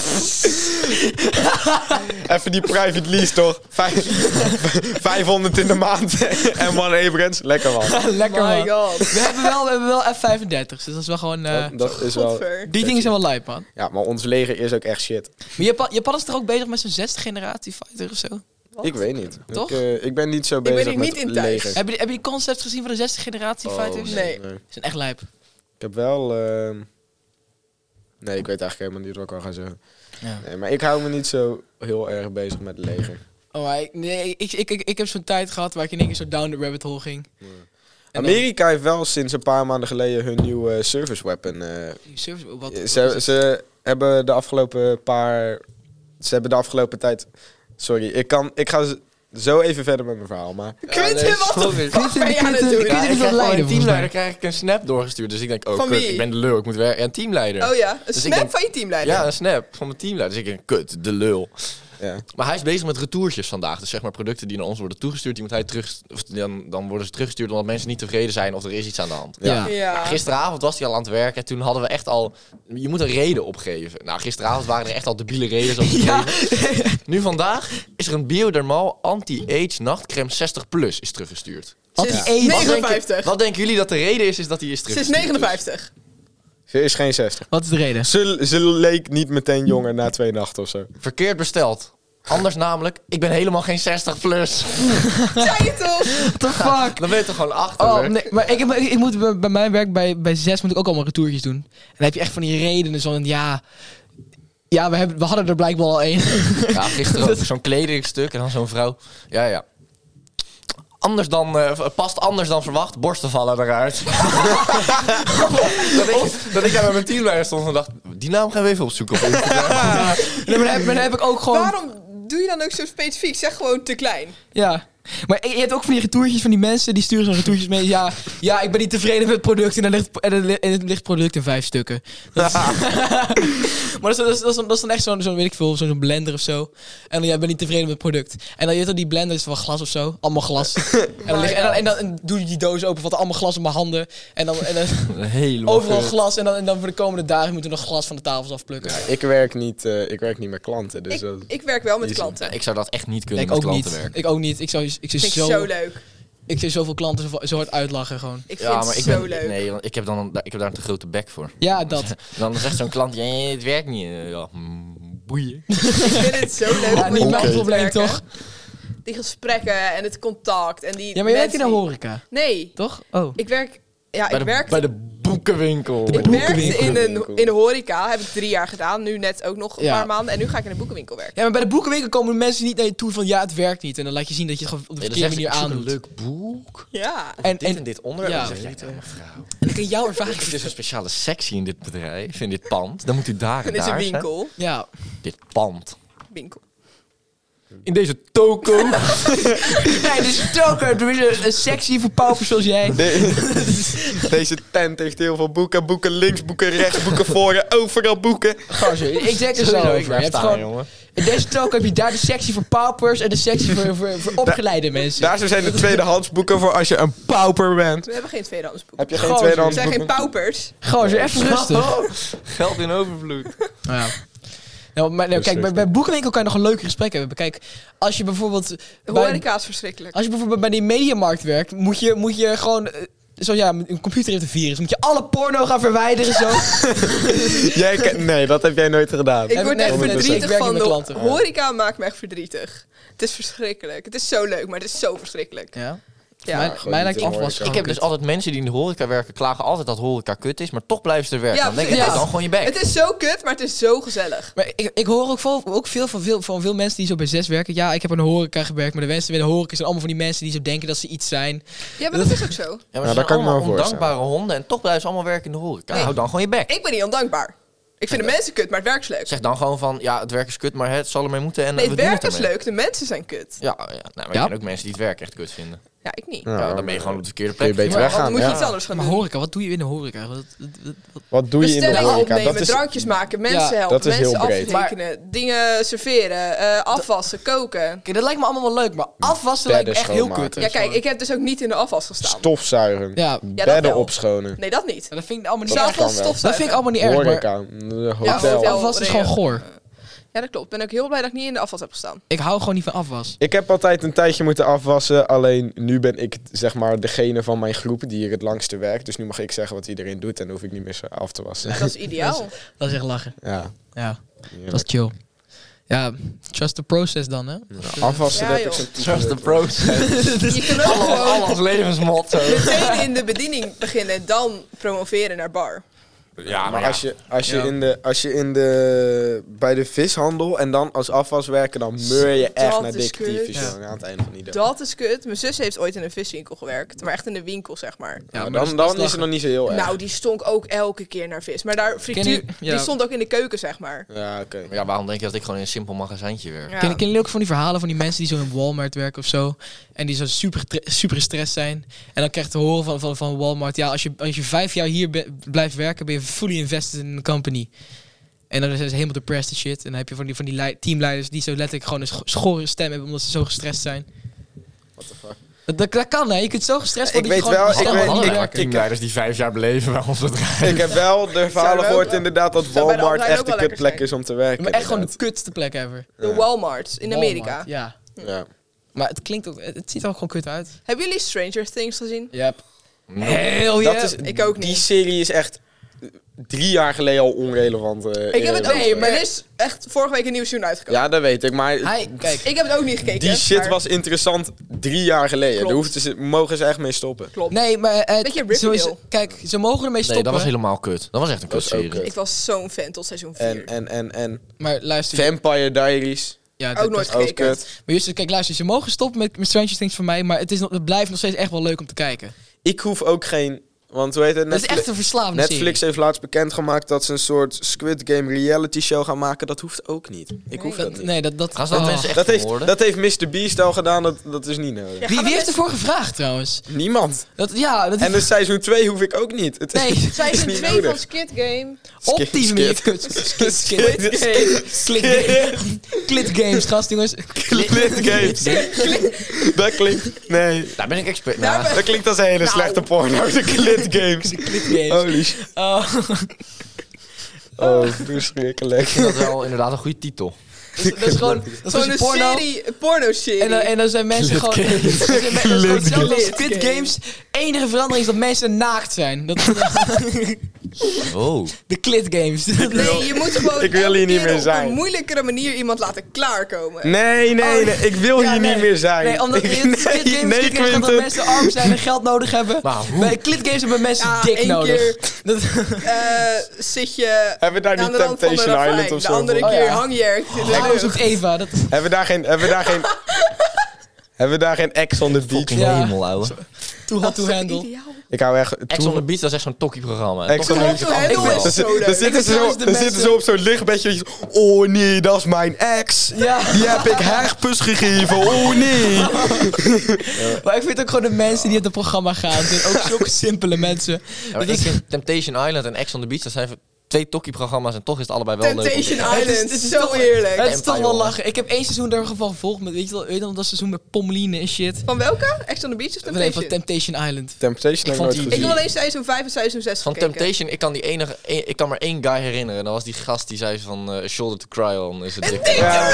Even die private lease, toch? 500 in de maand. En man Abrams. Lekker, man. Lekker My man. god. We hebben wel F-35, dus dat is wel gewoon... Dat is wel... Godver. die dingen zijn wel lijp, man. Ja, maar ons leger is ook echt shit. Maar Japan is toch ook bezig met zo'n 6e generatie fighter of zo? Ik weet niet. Toch? Ik ben niet zo ben bezig hier met niet in thuis. legers. Heb je die concept gezien van de 6e generatie fighters? nee. Die zijn echt lijp. Ik heb wel... Nee, ik weet eigenlijk helemaal niet wat ik al ga zeggen. Ja. Nee, maar ik hou me niet zo heel erg bezig met het leger. Oh, maar ik heb zo'n tijd gehad waar ik in één keer zo down the rabbit hole ging. En dan- Amerika heeft wel sinds een paar maanden geleden hun nieuwe service weapon. Die service, wat Ze hebben de afgelopen tijd... Sorry, ik ga zo even verder met mijn verhaal, maar... Quinten, wat de fuck ben je aan het doen? Quinten Ja, is ik wel krijg leider, van een volgens teamleider mij. krijg ik een snap doorgestuurd. Dus ik denk, Van wie? ik ben de lul, ik moet werken. Ja, een teamleider. Oh ja, een Dus ik snap denk- van je teamleider. Ja, een snap van mijn teamleider. Dus ik denk, kut, de lul. Ja. Maar hij is bezig met retourtjes vandaag. Dus zeg maar producten die naar ons worden toegestuurd, die moet hij dan worden ze teruggestuurd omdat mensen niet tevreden zijn of er is iets aan de hand. Ja. Ja. Gisteravond was hij al aan het werken en toen hadden we echt al... Je moet een reden opgeven. Nou, gisteravond waren er echt al debiele redenen opgegeven. Nu vandaag is er een Biodermal anti-age nachtcreme 60 plus is teruggestuurd. Sinds Anti-age. 59. Wat denken jullie dat de reden is dat hij is Sinds teruggestuurd? 59. Ze is geen 60. Wat is de reden? Ze leek niet meteen jonger na 2 nachten of zo. Verkeerd besteld. Anders namelijk, ik ben helemaal geen 60 plus. Zei je toch? What the fuck? Dan ben je toch gewoon achterlijk. Oh, nee, maar ik moet bij mijn werk bij 6 moet ik ook allemaal retourtjes doen. En dan heb je echt van die redenen van ja, we hadden er blijkbaar al één. Ja, gisteren ook zo'n kledingstuk en dan zo'n vrouw. Ja. Past anders dan verwacht, borsten vallen eruit. dat ik daar met mijn teamleider stond en dacht, die naam gaan we even opzoeken op Instagram. Nee, maar dan heb ik ook gewoon... Waarom doe je dan ook zo specifiek? Zeg gewoon te klein. Ja. Maar je hebt ook van die retourtjes van die mensen die sturen zo'n retourtjes mee. Ja, ik ben niet tevreden met het product en het ligt product in 5 stukken. Dat is, maar dat is dan echt zo'n weet ik veel, zo'n blender of zo. En dan, ik ben niet tevreden met het product. En dan je weet dat die blender is van glas of zo. Allemaal glas. en dan doe je die doos open, valt allemaal glas op mijn handen. En dan Helemaal overal kut. glas. En dan voor de komende dagen moeten we nog glas van de tafels afplukken. Ik werk niet met klanten, dus Ik werk wel met Easy. klanten. Ja, ik zou dat echt niet Nee, kunnen ik met ook klanten niet. werken. Ik ook niet. Ik Vind ik zo leuk. Ik zie zoveel klanten zo hard uitlachen gewoon. Ik vind Ja, maar het ik zo ben... leuk. Nee, want ik heb daar een te grote bek voor. Ja, dat. Dan zegt zo'n klant, het werkt niet. Ja, boeien. Ik vind het zo leuk. Ja, om niet met mijn mensen te probleem, werken. toch? Die gesprekken en het contact en die Ja, maar je werkt in mensen de die- horeca, Nee, toch? Oh. ik werk... Ja, Bij ik de, werk... bij de boekenwinkel. Ik werkte boekenwinkel. in de horeca, heb ik 3 jaar gedaan. Nu net ook nog een Ja. paar maanden. En nu ga ik in een boekenwinkel werken. Ja, maar bij de boekenwinkel komen mensen niet naar je toe van ja, het werkt niet. En dan laat je zien dat je het gewoon op de verkeerde manier een aandoet. leuk boek. Ja. En dit onderwerp. ja. En dan zeg jij tegen een vrouw. En dan kan je jouw ervaring... Er is een speciale sectie in dit bedrijf, in dit pand. Dan moet u daar en Dan is daar een zijn. winkel. Ja. Dit pand. Winkel. In deze toko. Nee, dus ook er is een sectie voor paupers zoals jij. deze tent heeft heel veel boeken. Boeken links, boeken rechts, boeken voor, overal boeken. Gozer, ik denk er zo Sowieso, over. Je hebt gewoon, jongen. in deze talk heb je daar de sectie voor paupers en de sectie voor opgeleide mensen. Daar zo zijn de tweedehands boeken voor als je een pauper bent. We hebben geen tweedehands boek. Heb je geen Gozer, We tweedehands zijn geen boeken? paupers. Gozer, even rustig. Geld in overvloed. Ja. Nou, maar, nou, kijk, bij boekenwinkel kan je nog een leuk gesprek hebben. Kijk, als je bijvoorbeeld... De bij- horeca is verschrikkelijk. Als je bijvoorbeeld bij die mediamarkt werkt, moet je gewoon... een computer heeft een virus. Moet je alle porno gaan verwijderen zo. Nee, dat heb jij nooit gedaan. Ik word Nee, echt ik verdrietig werk van niet de met klanten. horeca maakt me echt verdrietig. Het is verschrikkelijk. Het is zo leuk, maar het is zo verschrikkelijk. Ja. Ja. Mij gewoon lijkt niet in de afwas horeca. gewoon Ik heb dus kut. altijd mensen die in de horeca werken, klagen altijd dat horeca kut is, maar toch blijven ze er werken. Ja, Dan denk ik, precies. dan gewoon je bek. Het is zo kut, maar het is zo gezellig. Maar ik hoor ook veel van veel mensen die zo bij 6 werken. Ja, ik heb in de horeca gewerkt, maar de mensen bij de horeca zijn allemaal van die mensen die zo denken dat ze iets zijn. Ja, maar dat is ook zo. Ja, maar Ja, ze dat zijn kan ik me allemaal wel voorstellen. ondankbare honden en toch blijven ze allemaal werken in de horeca. Nee. Hou dan gewoon je bek. Ik ben niet ondankbaar. Ik vind de mensen kut, maar het werk is leuk. Zeg dan gewoon van, ja, het werk is kut, maar het zal ermee moeten en Nee, we het doen werk het is ermee. leuk, de mensen zijn kut. Ja, nou, maar Ja. ik ken ook mensen die het werk echt kut vinden. Ja, ik niet. Ja, dan ben je gewoon op de verkeerde Kun je plek. beter Maar dan weggaan. moet je Ja. iets anders gaan Maar doen. horeca, wat doe je in de horeca? Wat doe je in de Bestellingen horeca? opnemen, Dat is, drankjes maken, mensen Ja, helpen, dat is mensen heel breed. afrekenen, dingen serveren, afwassen, koken. Kijk, dat lijkt me allemaal wel leuk, maar afwassen lijkt me echt heel schoonmaken. kut. Ja, kijk, ik heb dus ook niet in de afwas gestaan. stofzuigen. Ja, Bedden wel. opschonen. Nee, dat niet. dat vind ik allemaal niet Dat erg. kan S'avonds wel. Dat stofzuigen. vind ik allemaal niet erg, maar Horeca, hotel. hotel. afwas is gewoon goor. Ja, dat klopt. Ik ben ook heel blij dat ik niet in de afwas heb gestaan. Ik hou gewoon niet van afwas. Ik heb altijd een tijdje moeten afwassen. Alleen nu ben ik zeg maar degene van mijn groep die hier het langste werkt. Dus nu mag ik zeggen wat iedereen doet en dan hoef ik niet meer zo af te wassen. Dat is ideaal. Dat is echt lachen. Ja. Ja, dat is chill. Ja, trust the process dan, hè? Afwassen Ja, heb ik joh. zo'n Trust the process. Je kunt ook gewoon Alles levensmotto. meteen in de bediening beginnen en dan promoveren naar bar. Ja, Maar als je Ja. bij de vishandel en dan als afwaswerker, dan meur je echt Dat naar is dikke kut. tyfus, Ja. jongen, aan het einde van die dag. Dat is kut. Mijn zus heeft ooit in een viswinkel gewerkt. Maar echt in de winkel, zeg maar. Ja, Maar maar dan, dat is dan is het lachen. nog niet zo heel erg. Nou, die stonk ook elke keer naar vis. Maar daar Ken frituur, je- ja. die stond ook in de keuken, zeg maar. Ja, oké. Ja, waarom denk je dat ik gewoon in een simpel magazijntje werk? Ja. Kennen jullie ook van die verhalen van die mensen die zo in Walmart werken of zo? En die zo super gestrest zijn. En dan krijg je te horen van Walmart... Ja, als je 5 jaar hier blijft werken, ben je fully invested in een company. En dan zijn ze helemaal depressed en shit. En dan heb je van die teamleiders die zo letterlijk gewoon een schorre stem hebben... omdat ze zo gestrest zijn. What the fuck? Dat kan, hè? Je kunt zo gestrest Ik worden... dat weet je wel, gewoon ik stem weet- van ik- werkt. Teamleiders die 5 jaar beleven bij ons bedrijf. Ik heb wel de verhalen we ook gehoord wel- inderdaad dat zou bij de Walmart Albert Heijn echt ook de wel lekker kutplek zijn. is om te werken. Maar echt gewoon de inderdaad. kutste plek ever. De Walmart in Amerika. Walmart, ja. Ja. Maar het klinkt ook... Het ziet er ook gewoon kut uit. Hebben jullie Stranger Things gezien? Yep. Nope. Hell Dat yeah. is, Ik ook Die niet. serie is echt 3 jaar geleden al onrelevant. Ik heb het ook Nee, maar- Er is echt vorige week een nieuw seizoen uitgekomen. Ja, dat weet ik, maar Kijk, Ik heb het ook niet gekeken. die shit maar- was interessant 3 jaar geleden. Klopt. Daar mogen ze echt mee stoppen. Klopt. nee, maar... Beetje Riverdale. kijk, ze mogen ermee Nee, stoppen. dat was helemaal kut. Dat was echt een Dat is ook kutserie. kut. Ik was zo'n fan tot seizoen 4. En Maar luister... Vampire Diaries. ja, ook nooit Ook gekeken. kut. Maar Justus, kijk, luister, ze mogen stoppen met Stranger Things voor mij, maar het blijft nog steeds echt wel leuk om te kijken. Ik hoef ook geen... Want hoe heet het? Het is echt een verslavende Netflix heeft laatst bekendgemaakt dat ze een soort Squid Game reality show gaan maken. Dat hoeft ook niet. Ik hoef dat serie. niet. Nee, dat Gaan ze dat oh. mensen echt Dat van heeft, worden? dat heeft Mr. Beast al gedaan, dat is niet nodig. Ja, Wie gaan we heeft met- ervoor gevraagd trouwens? Niemand. Dat En dus seizoen 2 hoef ik ook niet. Het Nee. is Seizoen niet 2 nodig. van Squid Game. op die manier. Klit games, gast jongens. Klit games. Dat klinkt... Nee. Daar ben ik expert. Daar Nou, ben- Dat klinkt als een hele slechte porno. De Klit games. Klit games. Holy shit. Oh. Oh, verschrikkelijk. ik vind dat wel inderdaad een goede titel. Dat is gewoon Zo'n een porno. serie, een porno-serie. En dan zijn mensen gewoon... Dat is gewoon hetzelfde als Squid Games. Games. Enige verandering is dat mensen naakt zijn. Dat, Oh. de Klit Games. Nee, je moet gewoon Ik wil elke hier niet keer meer op zijn. een moeilijkere manier iemand laten klaarkomen. Nee, ik wil Ja, hier nee. niet meer zijn. Nee, omdat in Squid Games nee, gaat dat Quinten. mensen arm zijn en geld nodig hebben. Maar hoe? Bij Klit Games hebben mensen Ja, dik één nodig. keer Dat, zit je Hebben we daar aan niet de rand van de Temptation ravijn. Island of De zo? andere voor? Oh, keer ja. hang je ergens in de Daarom lucht. zoekt Eva. Dat, Hebben we daar geen Ex on the Beach? Fucking Ja. hemel, ouwe. too hot to Dat is handle. ideaal. Ik hou echt... Ex on the Beach, dat is echt zo'n tokkie-programma. Ex on the Beach. Toch? Ik wel. ben- zo leuk. Dan zitten ze trouwens de dan zitten mensen- ze op zo'n lichtbedje. Oh nee, dat is mijn ex. Ja. Die heb ik herpes gegeven. Oh nee. Maar ik vind ook gewoon de mensen die op het programma gaan. Het zijn ook zulke simpele mensen. Ja, maar ik vind Temptation Island en Ex on the Beach, dat zijn 2 tokkie-programma's en toch is het allebei wel leuk. Temptation om te Island, Het is zo toch- heerlijk. Het is toch wel joh. lachen. Ik heb 1 seizoen daar gewoon gevolgd. Met, weet je wel, dat seizoen met Pommeline en shit. Van welke? Ex on the Beach of Nee, Temptation? van Temptation Island. Temptation heb ik vond nooit die- Ik gezien. heb alleen seizoen 5 en seizoen 6 Van gekeken. Temptation, ik kan maar 1 guy herinneren. Dat was die gast die zei van a shoulder to cry on. Is het dik. Ja,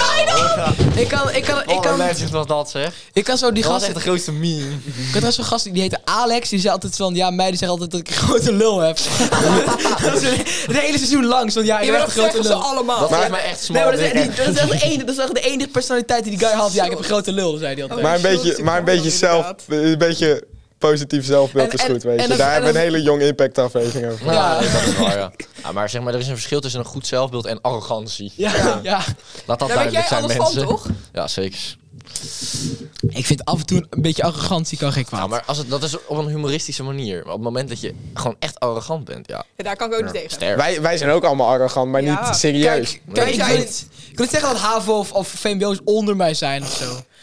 Wat was dat zeg? Ik kan zo die Dat was gast... echt de grootste meme. Ik had zo'n gast die heette Alex. Die zei altijd van... Ja, meiden zeggen altijd dat ik een grote lul heb. Dat is het hele seizoen lang. Zo, ja, ik Ja, heb maar echt dat een grote zeggen ze lul. allemaal. Dat Maar- is mij echt Nee, smal. maar dat is echt de enige personaliteit die die guy had. Ja, ik heb een grote lul, zei hij altijd. maar een beetje een beetje positief zelfbeeld En- is en- goed, weet en je. dan- Daar en hebben we dan- een hele Young Impact aflevering over. Ja, Ja. dat is waar, ja. Ja, maar zeg maar, er is een verschil tussen een goed zelfbeeld en arrogantie. Ja. Laat dat Daar weet duidelijk jij zijn, alles mensen. van, toch? Ja, zeker. Ik vind af en toe een beetje arrogantie kan geen kwaad. Nou, maar dat is op een humoristische manier. Maar op het moment dat je gewoon echt arrogant bent, ja. Ja, daar kan ik ook niet tegen. Sterk. Wij zijn ook allemaal arrogant, maar Ja. niet serieus. Kijk, Wij ik zijn- wil niet zeggen dat HAVO of VMBO's onder mij zijn of zo.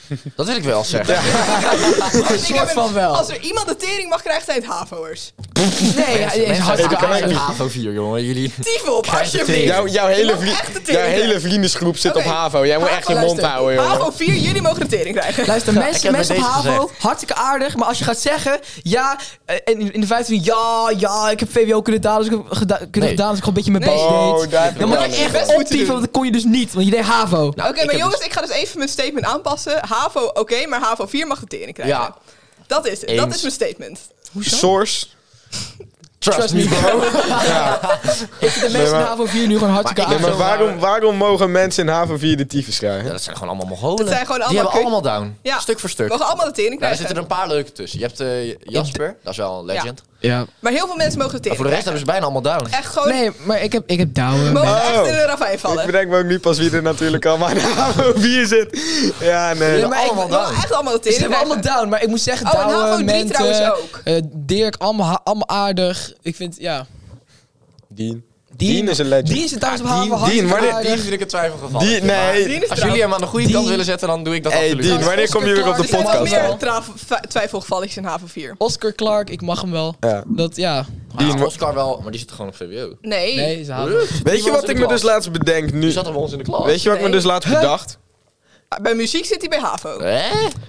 Dat wil ik wel zeggen. soort van wel. Als er iemand de tering mag krijgen, zijn het HAVO'ers. Nee, hij is hartstikke kan aardig. niet. HAVO 4, jongen. Jullie... Tief op, Krijg de alsjeblieft. tering. Jouw Je hele, mag echt de jouw tering hele krijgen. vriendengroep zit Oké. op HAVO. Jij moet echt je HAVO, mond luister. houden, jongen. HAVO 4, jullie mogen de tering krijgen. Luister, ik mensen heb op met deze HAVO, gezegd. hartstikke aardig. Maar als je gaat zeggen, ja, in de 15 ja, ik heb VWO kunnen gedaan, dus ik heb kunnen gedaan, dus ik gewoon een beetje mijn Nee. best Oh, deed. daar heb Dan moet ik je wel echt best moeten optieven, doen. want dat kon je dus niet, want je deed HAVO. Nou, Oké, ik maar heb jongens, dus- ik ga dus even mijn statement aanpassen. HAVO, oké, maar HAVO 4 mag de tering krijgen. Ja. Dat is het. Dat Eens. is mijn statement. Source. Trust me, bro. Ik vind de mensen in HAVO 4 nu gewoon hartstikke Maar ik- Nee, aardig. maar waarom mogen mensen in HAVO 4 de tyfus krijgen? Ja, dat zijn gewoon allemaal Mongolen. Dat zijn gewoon Die allemaal hebben allemaal down. Ja. Stuk voor We stuk. mogen allemaal de tering Ja, er krijgen. zitten er een paar leuke tussen. Je hebt Jasper, dat is wel een legend. Ja. Maar heel veel mensen mogen de Maar tering voor de rest hebben krijgen. ze bijna allemaal down. Echt gewoon, Nee, maar ik heb douwen. mogen Oh. echt in een ravijn Ik vallen. bedenk me ook nu pas wie er natuurlijk allemaal in HAVO 4 zit. Ja, nee. Ja, maar ik- allemaal We mogen down. echt allemaal de Ze tering hebben allemaal krijgen. down, maar ik moet zeggen, Oh, en HAVO douwen, 3 trouwens Mente, ook. Dirk, allemaal aardig. Ik vind, ja... Dean. Dean is een legend. Dean zit trouwens op HAVO Dean, hartstikke wanneer- aardig. Die vind ik een twijfelgeval. Die, Maar nee. Dean is als trouw. jullie hem aan de goede kant Dean- willen zetten, dan doe ik dat Hey, absoluut. Dean, wanneer komen jullie op de Oscar Er zijn podcast? wel Clark. meer twijfelgevalletjes in HAVO 4. Oscar Clark, ik mag hem wel. Ja. Dat, ja. Dean, Ja, Oscar wel, maar die zit gewoon op VWO. Nee. Nee, ze HAVO. weet je wat ik me dus laatst bedenk nu? Die zat er bij ons in de klas. Weet je wat ik me Nee. dus laatst bedacht? Bij muziek zit hij bij HAVO. Hè?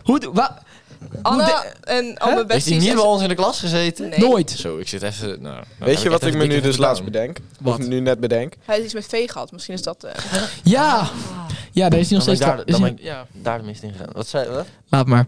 Anna en alle Heeft besties. hij niet en bij zo- ons in de klas gezeten? Nee. Nooit. Zo, ik zit even... Nou, Weet je wat ik me nu dus laatst bedenk? Wat? Of nu net bedenk? Hij heeft iets met V gehad. Misschien is dat... Ja. Ja, daar is hij nog Dan steeds... ben ik is daar- hij- dan ben ik daar de mist in gegaan. Wat zei wat? Laat maar.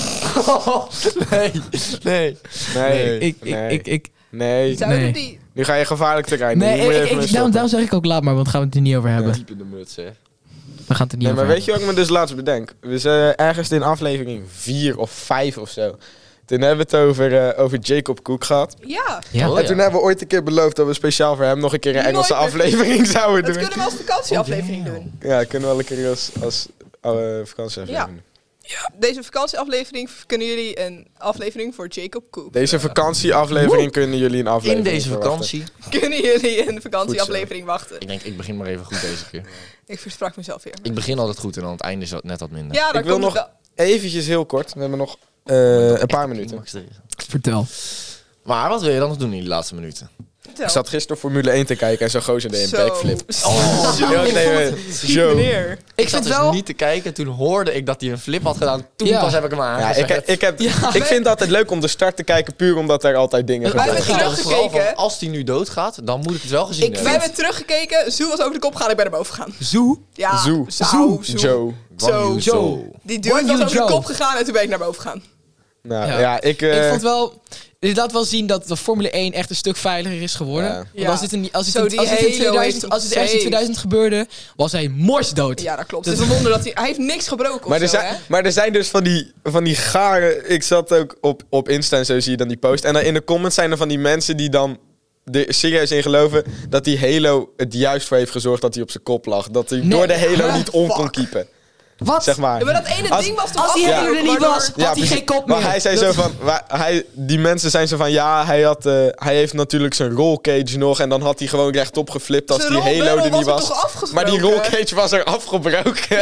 Nee, nee. Nee. Ik... Nee. Zouden Nee. die... Nu ga je gevaarlijk terrein. Nee, Nu moet je even mee stoppen. daarom zeg ik ook laat maar, want gaan we het er niet over hebben. Diep in de muts, hè. We gaan het er niet Nee, maar over weet je wat ik me dus laatst bedenk? We zijn ergens in aflevering 4 of 5 of zo. Toen hebben we het over Jacob Cook gehad. Ja, Ja. Oh, En toen hebben we ooit een keer beloofd dat we speciaal voor hem nog een keer een Nooit Engelse meer. aflevering zouden dat doen. kunnen we als vakantieaflevering doen. Ja, kunnen we wel een keer als vakantieaflevering doen. Deze vakantieaflevering kunnen jullie een aflevering voor Jacob Cook. Deze vakantieaflevering kunnen jullie een In aflevering deze verwachten. vakantie. Kunnen jullie een vakantieaflevering wachten? Ik denk, ik begin maar even goed deze keer. Ik versprak mezelf weer. Ik begin altijd goed en aan het einde is dat net wat minder. Ja, daar Ik wil komt nog het wel. eventjes heel kort. We hebben nog een paar minuten. Max erin. Vertel. Maar wat wil je dan nog doen in die laatste minuten? Vertel. Ik zat gisteren Formule 1 te kijken en zo'n gozer deed een Zo. backflip. Zo. Ja, nee, Joe. Meneer. Ik zat vind dus wel- niet te kijken. Toen hoorde ik dat hij een flip had gedaan. Toen Ja. pas heb ik hem Ja, aangezet. ik vind het altijd leuk om de start te kijken, puur omdat er altijd dingen Wij gebeuren. hebben Ik dacht vooral teruggekeken. van, als hij nu doodgaat, dan moet ik het wel gezien Wij hebben. hebben teruggekeken. Zoe was over de kop gegaan. Ik ben naar boven gegaan. Zoe. Ja. Zoe. Zoe. Joe. Zo. Joe. Die dude was Guan Yu over de Zhou. kop gegaan en toen ben ik naar boven gegaan. Nou, Ja. ja, ik Ik vond wel... Dit laat wel zien dat de Formule 1 echt een stuk veiliger is geworden. Ja. Want Ja. als dit in, als dit Zo, in, die als dit in Halo 2000, heeft als dit ergens in 2000 gebeurde, was hij morsdood. Ja, dat klopt. Het is een wonder dat hij heeft niks gebroken maar, of zo, hè? maar er zijn dus van die garen... Ik zat ook op Insta en zo zie je dan die post. En dan in de comments zijn er van die mensen die dan er serieus in geloven... dat die Halo het juist voor heeft gezorgd dat hij op zijn kop lag. Dat hij Nee. door de Halo Huh? niet on kon Fuck. keepen. Wat? Zeg maar. Ja, maar dat ene Als- ding was toch Als die Ja. Halo er niet was, had hij precies. geen kop meer. Maar hij zei zo van... Die mensen zijn zo van... Ja, hij heeft natuurlijk zijn rollcage nog... en dan had hij gewoon rechtop geflipt als Zijn die Halo rolbarrel er niet was was. er toch afgesproken? Maar die rollcage was er afgebroken.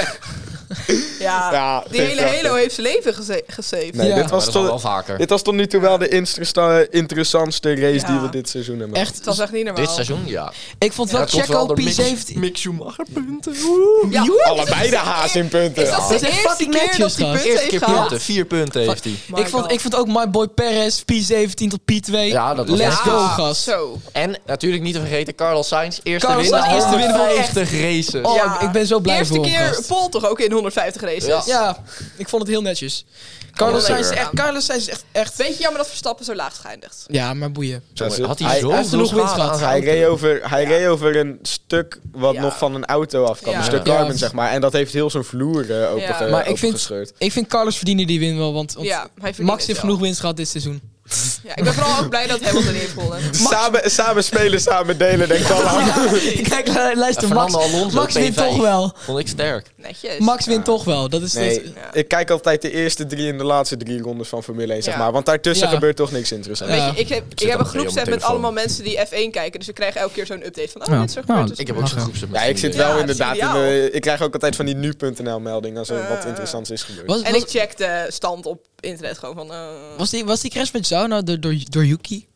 Ja, Ja, die vind ik hele prachtig. Halo heeft zijn leven gesaved. Nee, Ja. dit Maar was dat is wel tot, vaker. dit was tot nu toe wel de interessantste race Ja. die we dit seizoen hebben. Echt, Het was echt niet normaal. Dit seizoen, ja. ik vond wel Dat komt Checo wel door P17... Mick Schumacher punten. Ja, Allebei de haas in punten. Is dat Dat de is echt eerste fucking keer netjes, dat hij gast. punten Eerste heeft keer gehaald? punten. 4 punten heeft hij. My God. Ik vond ook My Boy Perez P17 tot P2. Ja, dat was Let's echt- go, Ja, gast. Zo. En natuurlijk niet te vergeten, Carlos Sainz. Eerste Carlos winnaar. Sainz, eerste winnaar van 50 races. Oh, Ja. ik ben zo blij Eerste voor hem, keer gast. Paul toch ook in 150 races. Ja. Ja, ik vond het heel netjes. Carlos Ja, Sainz is lekker. echt... Carlos Sainz is echt... Beetje jammer dat Verstappen zo laag is geëindigd. Ja, maar boeien. Had hij Hij zo heeft genoeg winst schade gehad. aan zijn Hij auto. reed over een stuk wat Ja. nog van een auto af kan. Ja. Een stuk Ja. carbon, zeg maar. En dat heeft heel zijn vloer Ja. Maar ik vind, opengescheurd. ik vind Carlos verdienen die win wel, want Ja, hij verdient Max het heeft wel. genoeg winst gehad dit seizoen. Ja, ik ben vooral ook blij dat Hamilton heeft gewonnen. Samen spelen, samen delen, denk ik al aan. Kijk, luister, Max, Fernando Alonso, Max wint P5. toch wel. Vond ik sterk. Netjes. Max wint toch wel. Dat is Nee, dat- ik kijk altijd de eerste 3 en de laatste 3 rondes van Formule 1, zeg Ja. maar. Want daartussen Ja. gebeurt toch niks interessants. Weet je, Ja. ik heb zit een ook op groepset mijn met telefoon. allemaal mensen die F1 kijken. Dus we krijgen elke keer zo'n update van... Oh, Ja. dit is er gebeurd. Nou, dit is Ik er heb ook gebeurd. zo'n groepset met Ja, ik zit vrienden. wel Ja, dat is inderdaad ideaal. ik krijg ook altijd van die nu.nl meldingen als er wat interessants is gebeurd. Was, En was, ik check de stand op internet gewoon van... was die crash met jou nou door Yuki?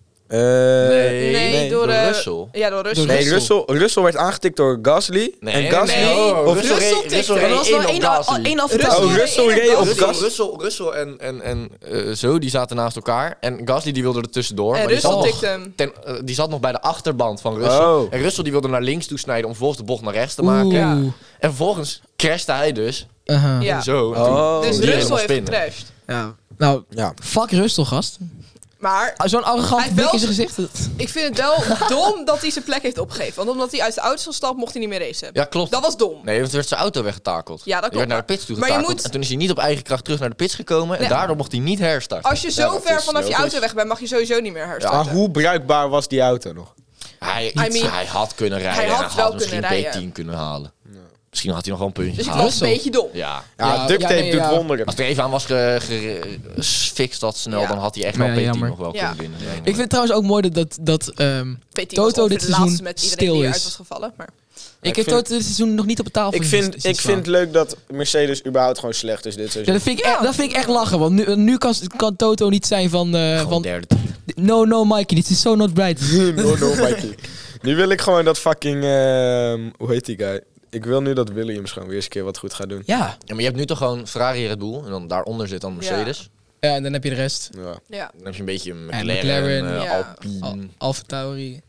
nee, door Russell. Ja, door Russell. Nee, Russell werd aangetikt door Gasly. Nee, en Gasly... nee. Of Russell tikte. Russell Er reed was wel één op Gasly. één af Russell Oh, Russell reed reed op Gasly. Russell en zo, die zaten naast elkaar. En Gasly die wilde er tussendoor. En maar die Russell zat, tikte hem. die zat nog bij de achterband van Russell. Oh. En Russell die wilde naar links toesnijden om vervolgens de bocht naar rechts te maken. Ja. Oeh. En vervolgens crashte hij dus. Uh-huh. En zo. En Oh. toen Dus die Russell helemaal heeft spinnen. gecrashed. Ja. Nou, Ja. fuck Russell, gast. Maar Zo'n Hij arrogante heeft blik wel- in zijn gezicht. ik vind het wel dom dat hij zijn plek heeft opgegeven. Want omdat hij uit de auto stapt, mocht hij niet meer racen. Ja, klopt. Dat was dom. Nee, want werd zijn auto weggetakeld. Ja, dat Hij klopt. werd naar de pits toe Maar je getakeld. moet- En toen is hij niet op eigen kracht terug naar de pits gekomen. En Nee. daardoor mocht hij niet herstarten. Als je Ja, zo dat ver is vanaf je logisch. auto weg bent, mag je sowieso niet meer herstarten. Maar hoe bruikbaar was die auto nog? Hij mean, hij had kunnen rijden. hij en had hij wel had misschien kunnen rijden. P10 kunnen halen. Misschien had hij nog wel een puntje Dus ik gehaald. was een beetje dom. Ja. Ja, Ja, duct tape ja, nee, doet ja. wonderen. Als er even aan was gefixt dat snel, Ja. dan had hij echt Maar wel ja, P10 jammer. nog wel Ja. kunnen winnen. Ik vind het trouwens ook mooi dat P10 Toto was ongeveer dit de seizoen laatste met iedereen stil die is. eruit was gevallen. Maar ik heb Toto dit seizoen nog niet op de tafel Ik gezien. vind het leuk dat Mercedes überhaupt gewoon slecht is dit Ja, seizoen. dat vind ik echt lachen, want nu kan Toto niet zijn van Gewoon derde team. no Mikey, this is so not bright. No, Mikey. Nu wil ik gewoon dat fucking... hoe heet die guy? Ik wil nu dat Williams gewoon weer eens een keer wat goed gaat doen. Ja. Ja, maar je hebt nu toch gewoon Ferrari, Red Bull. En dan daaronder zit dan Mercedes. Ja, en dan heb je de rest. Ja. ja. Dan heb je een beetje McLaren, McLaren, ja. Alpine, Alfa Tauri.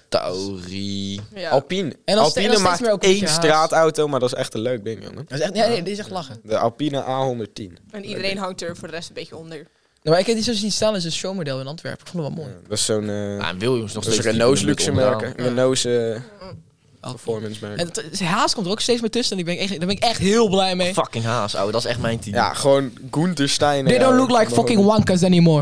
Tauri. Ja. Alpine. En als- Alpine en als steeds maakt meer ook een 1 beetje Haas. straatauto, maar dat is echt een leuk ding, jongen. Dat is echt, ja, nee, dit is echt lachen. De Alpine A110. En iedereen hangt er voor de rest een beetje onder. Nou, maar ik heb die zo zien staan als een showmodel in Antwerpen. Ik vond het wel mooi. Dat is zo'n... Ja, en Williams nog dat is steeds Renault's 10 minuten luxe onderaan. merken. Renault's performance merk. En Haas komt er ook steeds meer tussen en daar ben ik echt heel blij mee. Fucking Haas, ouwe. Dat is echt mijn team. Ja, gewoon Gunther Steiner. They don't look like fucking wankers anymore.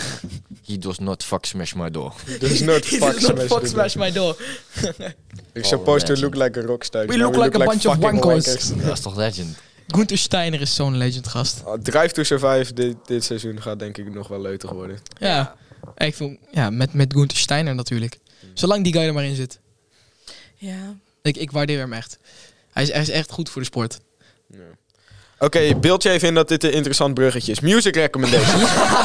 He does not fuck smash my door. There's not fuck Fuck smash my door. We're supposed to look like a rockstar. We Now look like a bunch of fucking wankers. Dat is toch legend? Gunther Steiner is zo'n legend gast. Oh, Drive to Survive dit seizoen gaat denk ik nog wel leutig worden. Ja. Ik vond, ja, met Gunther Steiner natuurlijk. Zolang die guy er maar in zit. Ja. Ik waardeer hem echt. Hij is echt goed voor de sport. Oké, beeld je even in dat dit een interessant bruggetje is. Music recommendation.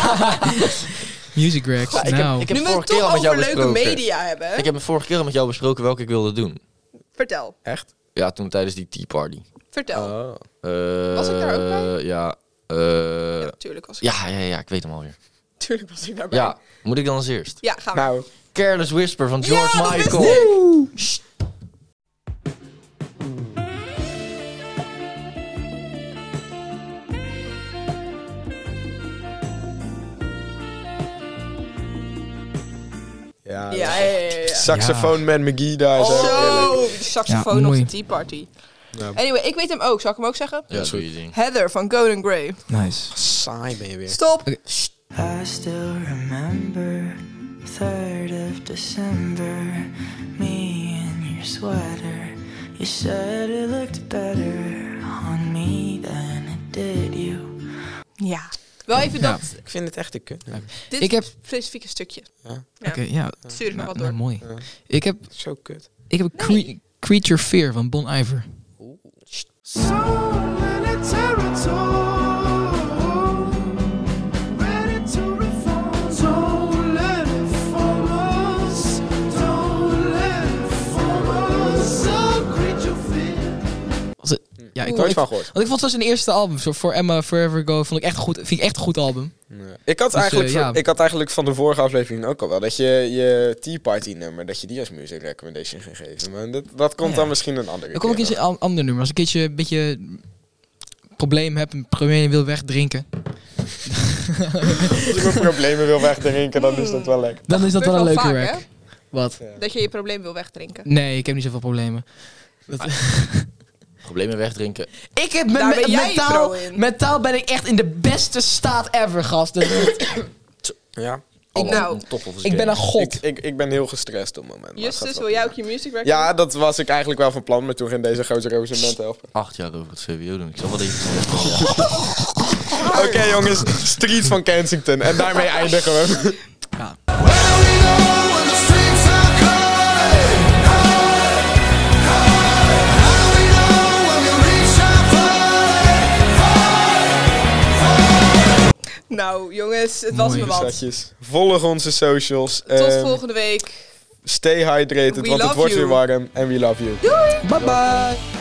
Music Rex. Ja, ik heb Nu we vorige het keer al toch met jou over leuke besproken. media hebben. Ik heb het vorige keer al met jou besproken welke ik wilde doen. Vertel. Echt? Ja, toen tijdens die Tea Party. Vertel. Oh. Was ik daar ook bij? Ja. Ja, tuurlijk was ik, Ja, ik weet hem alweer. tuurlijk was ik daarbij. Ja, moet ik dan als eerst? Ja, gaan we. Nou, Careless Whisper van George Ja, dat wist Michael. ik. ja. Ja. Saxofoonman McGee daar is ook heerlijk. Zo, die saxofoon Ja, op mooi. de Tea Party. Ja. Anyway, ik weet hem ook. Zal ik hem ook zeggen? Ja, dat doe je ding. Heather van Golden Grey. Nice. Saai ben je weer. Stop. I still remember 3rd of December, me in your sweater. You said it looked better on me than it did you. Ja. Wel even Ja. dat, Ik vind het echt een kut. dit Ik heb- specifieke stukje. Ja. Ja. Oké, ja. Stuur ik nog wat Nou, door. mooi. Ja. Ik heb Zo kut. Creature Fear van Bon Iver. So many territory, ready to reform. Don't let it form us. Don't let it form us. So creature fear. Ja, ik Nooit vond, van gehoord. want ik vond het zo zijn eerste album, zo For Emma Forever Go, vond ik echt goed. Vind ik echt een goed album. Ja. Ik had Dus, ik had eigenlijk van de vorige aflevering ook al wel dat je Tea Party nummer, dat je die als music recommendation ging geven. Maar dat komt Ja. dan misschien een andere Dan kom ik keer eens een ander nummer. Als ik een beetje probleem heb, een probleem wil wegdrinken, Als ik mijn problemen wil wegdrinken, dan is dat wel lekker. dan is dat wel een Gebeurt leuke vaak, rack. hè? Wat? Dat je je probleem wil wegdrinken. Nee, ik heb niet zoveel problemen. Problemen wegdrinken. Ik heb Daar ben jij mentaal, pro in. mentaal ben ik echt in de beste staat ever, gast. Ja. Nou, Ik ben een god. Ik ben heel gestrest op het moment. maar het gaat Justus, wel wil jij ook prima. je music werk Ja, dat was ik eigenlijk wel van plan, maar toen ging deze gozer over zijn band helpen. 8 jaar over het VWO doen. Ik zal wel even... Oké, jongens, Streets van Kensington. En daarmee eindigen we. Nou, jongens, het was Mooi. me wat. Schatjes. Volg onze socials. Tot volgende week. Stay hydrated, We want het love wordt you. weer warm. En we love you. Bye bye.